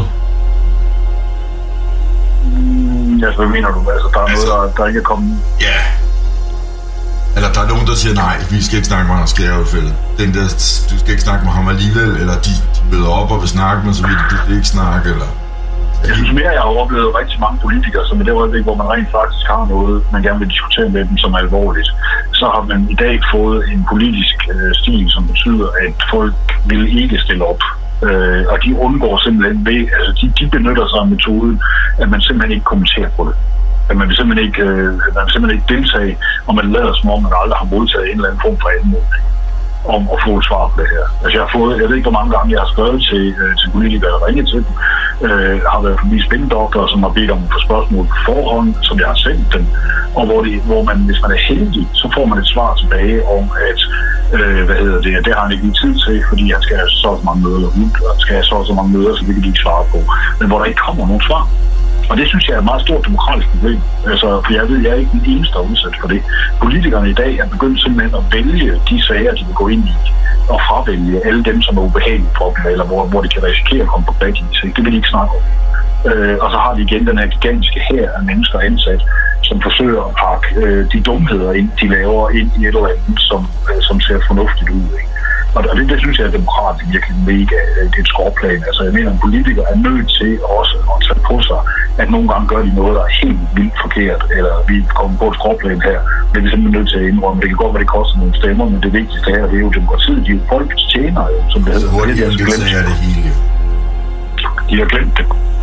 Hvad mener du? Altså, der er noget, der ikke er kommet? Ja. Eller der er nogen, der siger, nej, vi skal ikke snakke med Anders Kjærulf. Du skal ikke snakke med ham alligevel, eller de møder op og vil snakke, men så vil de ikke snakke, eller... Jeg synes mere, jeg har oplevet rigtig mange politikere, som i det øjeblik, hvor man rent faktisk har noget, man gerne vil diskutere med dem, som er alvorligt. Så har man i dag fået en politisk stil, som betyder, at folk vil ikke stille op. Og de undgår simpelthen ved, altså de benytter sig af metoden, at man simpelthen ikke kommenterer på det. At man vil simpelthen ikke deltage, og man lader som om, man aldrig har modtaget en eller anden form for anmodning om at få et svar på det her. Altså jeg ved ikke, hvor mange gange jeg har skrevet til politikere, der ringet til dem, har været forbi spindoktorer, som har bedt om at få spørgsmål på forhånd, som jeg har sendt dem, og hvor man, hvis man er heldig, så får man et svar tilbage om, at det har han ikke tid til, fordi han skal have så mange møder ud, og han skal have så mange møder, så det kan de ikke svare på. Men hvor der ikke kommer nogen svar. Og det synes jeg er et meget stort demokratisk problem. Altså, for jeg ved, jeg er ikke den eneste, der er udsat for det. Politikerne i dag er begyndt simpelthen at vælge de sager, de vil gå ind i, og fravælge alle dem, som er ubehagelige for dem, eller hvor de kan risikere at komme på bag i sig. Det vil de ikke snakke om. Og så har de igen den her gigantiske hær af mennesker ansat, som forsøger at pakke de dumheder ind, de laver ind i et eller andet, som ser fornuftigt ud, ikke? Og det synes jeg er demokratisk virkelig mega et skråplan. Altså jeg mener, at politikere er nødt til også at tage på sig, at nogle gange gør de noget, der er helt vildt forkert, eller vi kommer på et skråplan her, men vi er simpelthen nødt til at indrømme. Det kan godt være, det koster nogle stemmer, men det vigtigste her, det er jo demokratiet. De er jo folkets tjenere, som det hedder. Hurtigt det hele. De har glemt det.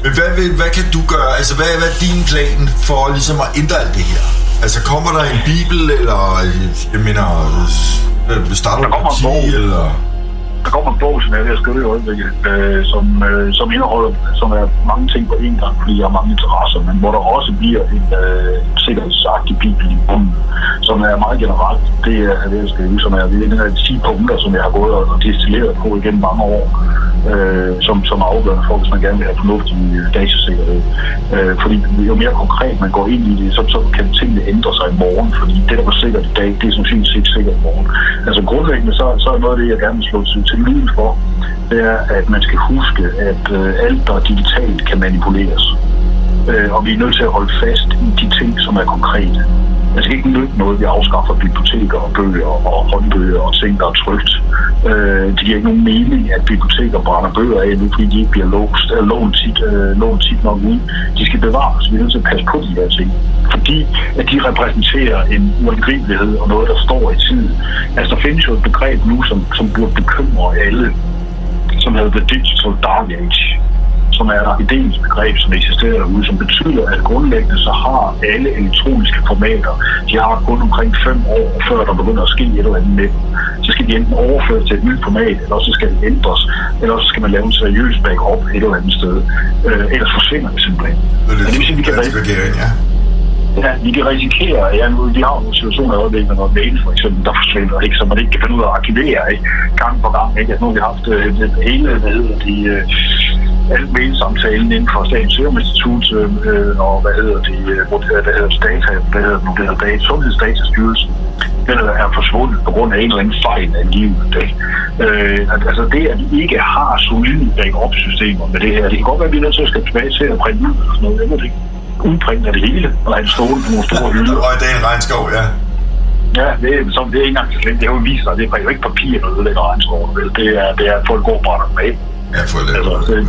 Men hvad kan du gøre? Altså, hvad er din plan for ligesom at ændre alt det her? Altså, kommer der en bibel, eller jeg mener, starter du et parti, eller... Der kommer en bog, som jeg er ved at skrive i øjeblikket, som indeholder, som er mange ting på én gang, fordi jeg har mange interesser, men hvor der også bliver en sikkerhedsagtig bibel i bunden, som er meget generelt. Det er ved at skrive, som er ved 10 punkter, som jeg har gået og destilleret på igennem mange år, som er afgørende for, hvis man gerne vil have fornuftig datasikkerhed. Fordi jo mere konkret man går ind i det, så kan tingene ændre sig i morgen, fordi det, der var sikkert i dag, det er sandsynligt set sikkert i morgen. Altså grundlæggende, så er noget af det, jeg gerne vil slå til lyden for, det er, at man skal huske, at alt, der digitalt, kan manipuleres. Og vi er nødt til at holde fast i de ting, som er konkrete. Det skal ikke nytte noget, vi afskaffer biblioteker og bøger og håndbøger og ting, der er trygt. Det giver ikke nogen mening, at biblioteker brænder bøger af nu, fordi de ikke bliver lånt tit nok ud. De skal bevares. Vi er nødt til at passe på de her ting. Fordi at de repræsenterer en uangribelighed og noget, der står i tiden. Altså, der findes jo et begreb nu, som burde bekymre alle, som hedder The Digital Dark Age, som er et akademisk begreb, som eksisterer derude, som betyder, at grundlæggende så har alle elektroniske formater, de har kun omkring 5 år, før der begynder at ske et eller andet med dem. Så skal de enten overføres til et nyt format, eller så skal det ændres, eller så skal man lave en seriøs backup et eller andet sted. Ellers forsvinder det simpelthen. Det vil sige, vi kan vi kan risikere, vi har nogle situationer i øjeblikket med noget mail for eksempel, der forsvinder, ikke, så man ikke kan finde ud af at arkivere, ikke, gang på gang. Ikke. Nu har vi haft hele, alle mailsamtalen inden for Statens Serum Institut og Sundhedsdatastyrelsen, den er forsvundet på grund af en eller anden fejl af livet. Altså det, at vi ikke har solide backup-systemer med det her, det kan godt være, at vi er nødt til at skal tilbage til at printe ud og sådan noget, jeg ved det ikke. Udprinte af det hele, og have en stående på nogle store hylder. Og det er en regnskov, ja. Ja, det er ikke engang så slemt. Det er jo vist sig, det er jo ikke papir, der ødelægger regnskoven. Det er folk går og brænder dem af. Ja, folk laver det.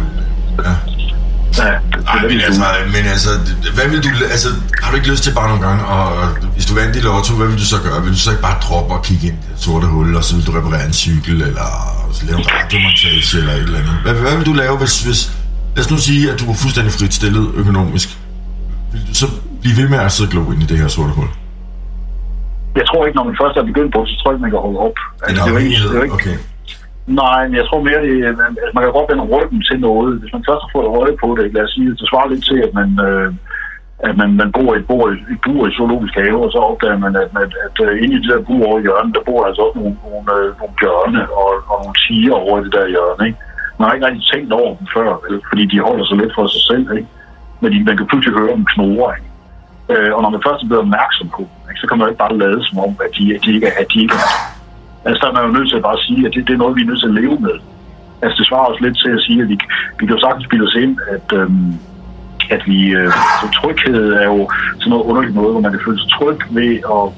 Men altså, hvad vil du, altså, har du ikke lyst til bare nogle gange, og hvis du vandt i lotto, hvad vil du så gøre? Vil du så ikke bare droppe og kigge ind i det sorte hul, og så vil du reparere en cykel, eller lave en radiomontage, eller et eller andet? Hvad vil du lave, hvis lad os nu sige, at du var fuldstændig frit stillet økonomisk? Vil du så blive ved med at sidde og glo ind i det her sorte hul? Jeg tror ikke, når man først er begyndt på, så tror jeg ikke, man kan holde op. En afhængighed, okay. Nej, men jeg tror mere, at man kan godt vende ryggen til noget. Hvis man først har fået øje på det, lad os sige, det svarer lidt til, at man bor i et bur i zoologisk have, og så opdager man, at inde i det der bur over i hjørnet, der bor altså også nogle bjørne og nogle tiger over i det der hjørne, ikke? Man har ikke rigtig tænkt over dem før, fordi de holder sig lidt for sig selv, ikke? Men man kan pludselig høre dem knurre, ikke? Og når man først er blevet opmærksom på dem, ikke, så kan man jo ikke bare lade som om, at de ikke er. Altså, der er man jo nødt til at bare sige, at det er noget, vi er nødt til at leve med. Altså, det svarer også lidt til at sige, at vi kan jo sagtens bilde os ind, at vi... altså, tryghed er jo sådan noget underligt noget, hvor man kan føle sig tryg ved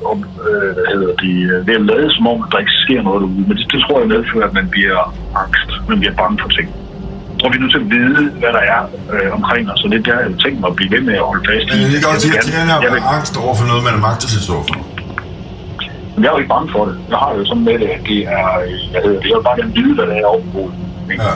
ved at lade som om, at der ikke sker noget derude. Men det tror jeg medfører, at man bliver angst, man bliver bange for ting. Jeg tror, vi er nødt til at vide, hvad der er omkring os, og det er der, jeg tænker mig at blive ved med at holde fast i. Men det er godt at have angst over for noget, man er magtesløs overfor. Men jeg er jo ikke bange for det. Jeg har jo sådan med det, at det er... Jeg vil bare gerne vide, hvad det er overhovedet. Ja.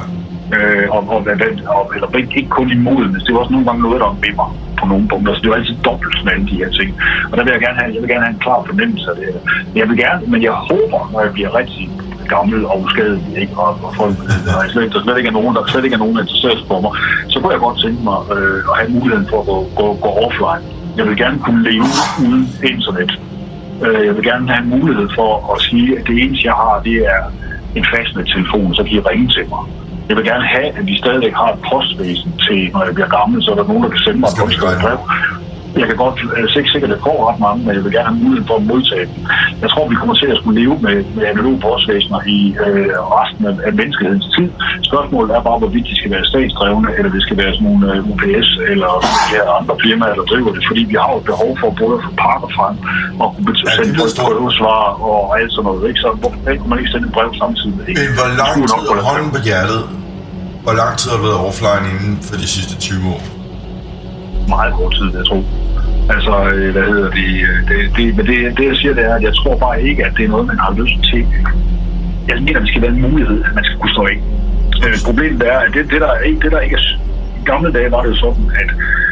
Eller ikke kun imod, men det er også nogle gange noget, der er med mig på nogle punkter. Så det er jo altid dobbelt med alle de her ting. Og der vil jeg gerne have en klar fornemmelse af det. Men jeg håber, når jeg bliver rigtig gammel og uskadelig, ikke? Og folk, der slet ikke er nogen, der interesserer sig for mig, så kunne jeg godt tænke mig at have muligheden for at gå offline. Jeg vil gerne kunne leve uden internet. Jeg vil gerne have en mulighed for at sige, at det eneste, jeg har, det er en fastnettelefon, så kan I ringe til mig. Jeg vil gerne have, at vi stadigvæk har et postvæsen til, når jeg bliver gammel, så er der nogen, der kan sende mig et brev. Jeg kan godt sikkert få ret mange, men jeg vil gerne have muligheden for at modtage dem. Jeg tror, vi kommer til at skulle leve med analoge postvæsener i resten af menneskehedens tid. Spørgsmålet er bare, hvorvidt de skal være statsdrevne, eller det skal være sådan nogle UPS eller andre firmaer, der driver det. Fordi vi har et behov for både at få pakker frem og kunne sende folk prøvesvar og alt sådan noget. Ikke? Så hvorfor kan man ikke sende et brev samtidig? Men hvor lang tid, hånden på hjertet, hvor lang tid har du været offline inden for de sidste 20 år? Meget kort tid, jeg tror. Altså, men det jeg siger, det er, at jeg tror bare ikke, at det er noget, man har lyst til. Jeg mener, at det skal være en mulighed, at man skal kunne stå ind. Problemet er, at det der ikke er i gamle dage var det jo sådan, at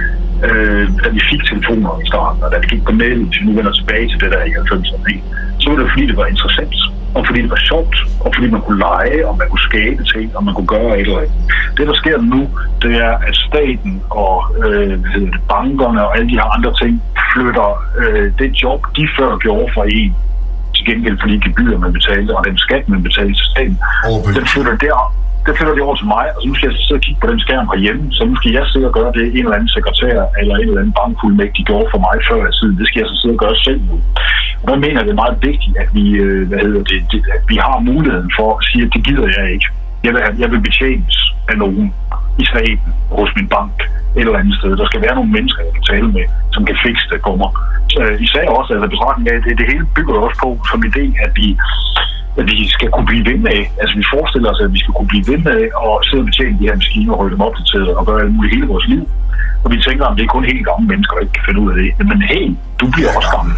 da vi fik telefoner i starten, og da vi gik på nettet, hvis vi nu vender tilbage til det der i 90'erne, så var det fordi, det var interessant, og fordi det var sjovt, og fordi man kunne lege, og man kunne skabe ting, og man kunne gøre et eller andet. Det, der sker nu, det er, at staten og bankerne og alle de her andre ting flytter det job, de før gjorde fra en, til gengæld for de gebyrer, man betalte, og den skat, man betalte til staten, den flytter der. Det flytter det over til mig, og så nu skal jeg sidde og kigge på den skærm herhjemme, så nu skal jeg sidde og gøre det, en eller anden sekretær eller en eller anden bankfuldmægtig gjorde for mig før i tiden. Det skal jeg så sidde og gøre selv nu. Og der mener jeg, det er meget vigtigt, at vi, at vi har muligheden for at sige, at det gider jeg ikke. Jeg vil betjenes af nogen i staten, hos min bank, et eller andet sted. Der skal være nogle mennesker, jeg kan tale med, som kan fikse det for mig. Så især også, altså betragtning af, det hele bygger også på som idé, at vi skal kunne blive ved med. Altså vi forestiller os, at vi skal kunne blive ved med og sidde og betjene de her maskiner og holde dem opdateret og gøre alt muligt hele vores liv. Og vi tænker, om det er kun helt gamle mennesker, der ikke kan finde ud af det. Men hey, du bliver også gammel.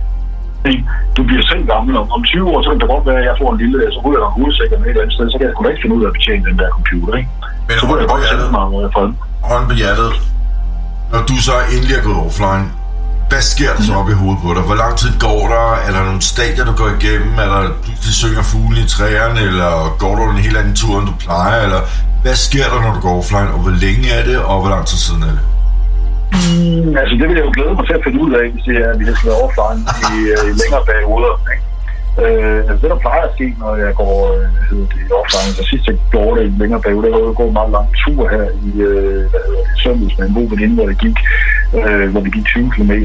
Du bliver selv gammel. Om 20 år, så kan det godt være, at jeg får en lille, så ryger der en hovedsækker med et eller andet sted, så kan jeg sgu da ikke finde ud af at betjene den der computer, ikke? Men så kunne jeg godt sætte mig fred. Hånden på hjertet. Når du så endelig er gået offline, hvad sker der så op i hovedet på dig? Hvor lang tid går der? Er der nogle stadier, du går igennem? Er der pludselig synger fugle i træerne? Eller går du en helt anden tur, end du plejer? Eller hvad sker der, når du går offline? Og hvor længe er det? Og hvor lang tid siden er det? Altså det vil jeg jo glæde mig til at finde ud af, hvis jeg skal være offline i længere perioder. Ikke? Altså det, der plejer at ske, når jeg går offline, så sidst jeg gjorde det i en længere periode, der var jeg gået en meget lang tur her i søndags med en god veninde, hvor vi gik 20 km.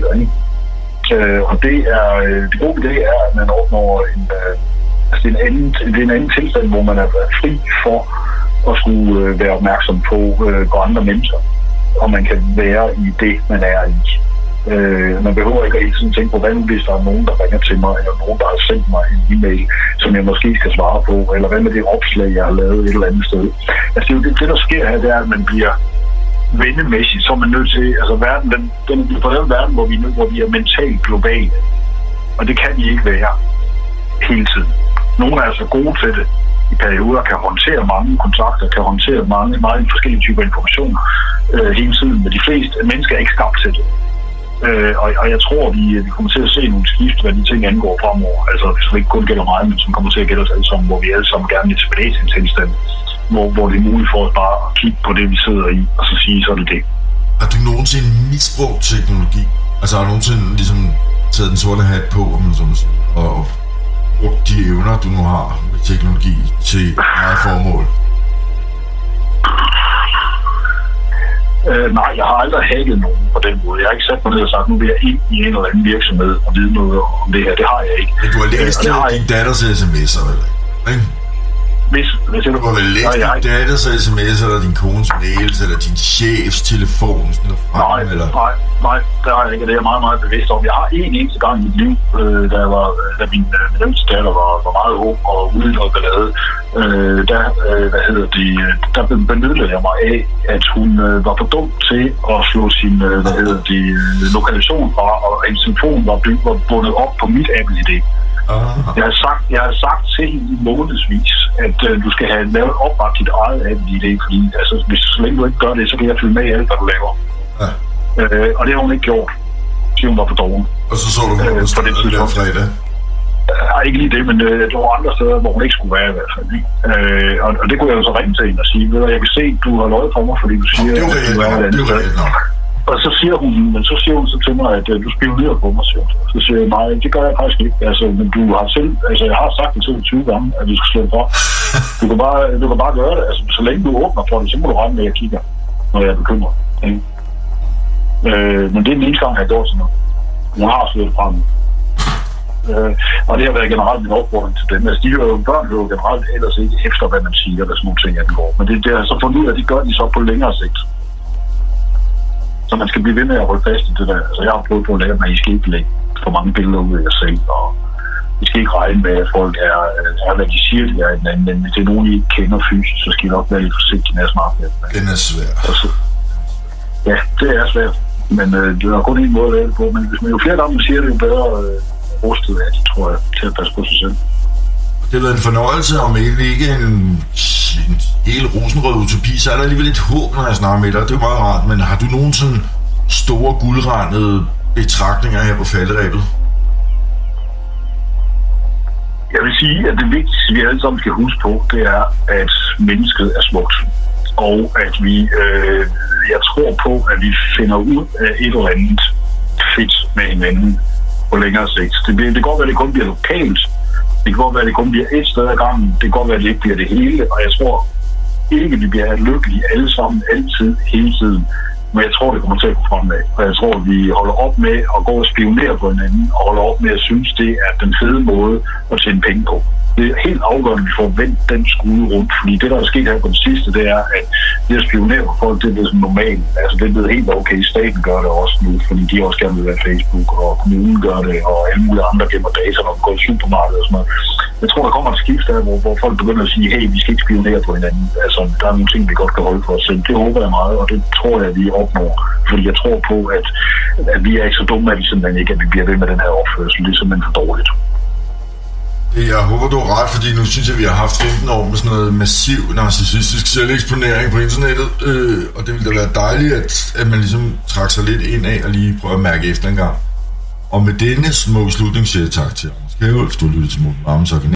Og det gode ved det er, at man opnår det er en anden tilstand, hvor man er fri for at skulle være opmærksom på andre mennesker. Og man kan være i det, man er i. Man behøver ikke at hele tiden tænke på, hvad nu hvis der er nogen, der ringer til mig, eller nogen, der har sendt mig en e-mail, som jeg måske skal svare på, eller hvad med det opslag, jeg har lavet et eller andet sted. Altså det der sker her, det er, at man bliver vendemæssigt, så er man nødt til, altså verden, den på den verden, hvor vi er mentalt globale. Og det kan vi ikke være hele tiden. Nogle er altså gode til det. I perioder kan håndtere mange kontakter, kan håndtere meget forskellige typer information hele tiden, men de fleste mennesker er ikke skabt til det. Og jeg tror, vi kommer til at se nogle skift, hvad de ting angår fremover. Altså, som ikke kun gælder mig, men som kommer til at gælde os alle sammen, hvor vi alle sammen gerne vil tilbage til en tilstand, hvor det er muligt for os bare at kigge på det, vi sidder i, og så sige, så er det det. Har du nogensinde misbrugt teknologi? Altså, har du nogensinde ligesom taget den sorte hat på, og brugt de evner, du nu har med teknologi til eget formål? Nej, jeg har aldrig hacket nogen på den måde. Jeg har ikke sat mig ned og sagt, nu vil jeg ind i en eller anden virksomhed og vide noget om det her. Det har jeg ikke. Men du har læst din datters sms'er, eller ikke? Du har vel læst din datters sms'er, eller din kones mails, eller din chefs telefon? Nej, det har jeg ikke. Det er jeg meget, meget bevidst om. Jeg har en eneste gang i mit liv, da min ældste datter var meget ung og uden noget ballade. Der benyttede jeg mig af, at hun var for dum til at slå sin lokation fra, og hendes telefon var bundet op på mit Apple-ID. Jeg har sagt til hende i månedsvis, at du skal have lavet opret dit eget Apple-ID, fordi altså, så længe du ikke gør det, så kan jeg følge med i alt, hvad du laver. Ja. Og det har hun ikke gjort, fordi hun var for doven. Og så du hun på det tidspunkt fredag? Nej, ikke lige det, men der var andre steder, hvor hun ikke skulle være i hvert fald. Og det kunne jeg jo så ringe til hende og sige, jeg kan se, du har løjet for mig, fordi du siger, at du er et andet sted. Og så siger hun så til mig, at du spionerer på mig, siger hun. Så siger jeg, nej, det gør jeg faktisk ikke. Altså, men du har selv, altså jeg har sagt det til 20 gange, at du skal slå fra. Du kan bare gøre det. Altså, så længe du åbner for det, så må du regne med, at jeg kigger, når jeg er bekymret. Men det er den eneste gang, jeg har gjort sådan noget. Jeg har slået fra mig. Og det har været generelt min opfordring til dem. Altså, børn hører jo generelt ellers ikke efter, hvad man siger, der sådan nogle ting, at den går. Men det er så fundet ud af, at de gør de så på længere sigt. Så man skal blive ved med at holde fast i det der. Altså, jeg har prøvet på at lære mig, at I skal ikke lægge for mange billeder ud af jer selv, og I skal ikke regne med, at folk er hvad de siger, de er i den anden, men hvis det er nogen, I ikke kender fysisk, så skal I nok være lidt forsigtige med at snakke med dem. Den er svær. Altså, ja, det er svært, men det er kun en måde at lære det på, men hvis man jo flere gange siger det, jo bedre rustet af, tror jeg, til at passe på sig selv. Det har været en fornøjelse, om ikke en den hele rosenrøde utopi, så er der alligevel lidt håb, når jeg snakker med dig. Det er jo meget rart, men har du nogen sådan store guldrandede betragtninger her på falderebet? Jeg vil sige, at det vigtigste, vi alle sammen skal huske på, det er, at mennesket er smukt. Og at jeg tror på, at vi finder ud af et eller andet fedt med hinanden på længere sigt. Det kan godt være, at det kun bliver lokalt. Det kan godt være, at det kun bliver et sted ad gangen. Det kan godt være, at det ikke bliver det hele. Og jeg tror ikke, at vi bliver lykkelige alle sammen, altid, hele tiden. Men jeg tror, det kommer til at gå fremad. Og jeg tror, at vi holder op med at gå og spionere på hinanden, og holder op med at synes, det er den fede måde at tjene penge på. Det er helt afgørende, at vi får vendt den skude rundt, fordi det, der er sket her på det sidste, det er, at det at spionere på folk, det er blevet sådan normalt. Altså, det er blevet helt okay. Staten gør det også nu, fordi de også gerne vil være Facebook, og kommunen gør det, og alle mulige andre gemmer data, når de går i supermarkedet og sådan noget. Jeg tror, der kommer et skift der, hvor folk begynder at sige, hey, vi skal ikke spionere på hinanden. Altså, der er nogle ting, vi godt kan holde for os selv. Det håber jeg meget, og det tror jeg, at vi opnår. Fordi jeg tror på, at vi er ikke så dumme, at vi simpelthen ikke, at vi bliver ved med den her opførsel. Det er simpelthen for dårligt. Jeg håber, du har ret, fordi nu synes jeg, vi har haft 15 år med sådan noget massiv narcissistisk selveksponering på internettet, og det ville da være dejligt, at man ligesom trækker sig lidt ind af og lige prøver at mærke efter en gang. Og med denne smukke slutning siger jeg tak til Anders Kjærulf, du lytter til Morten Varmens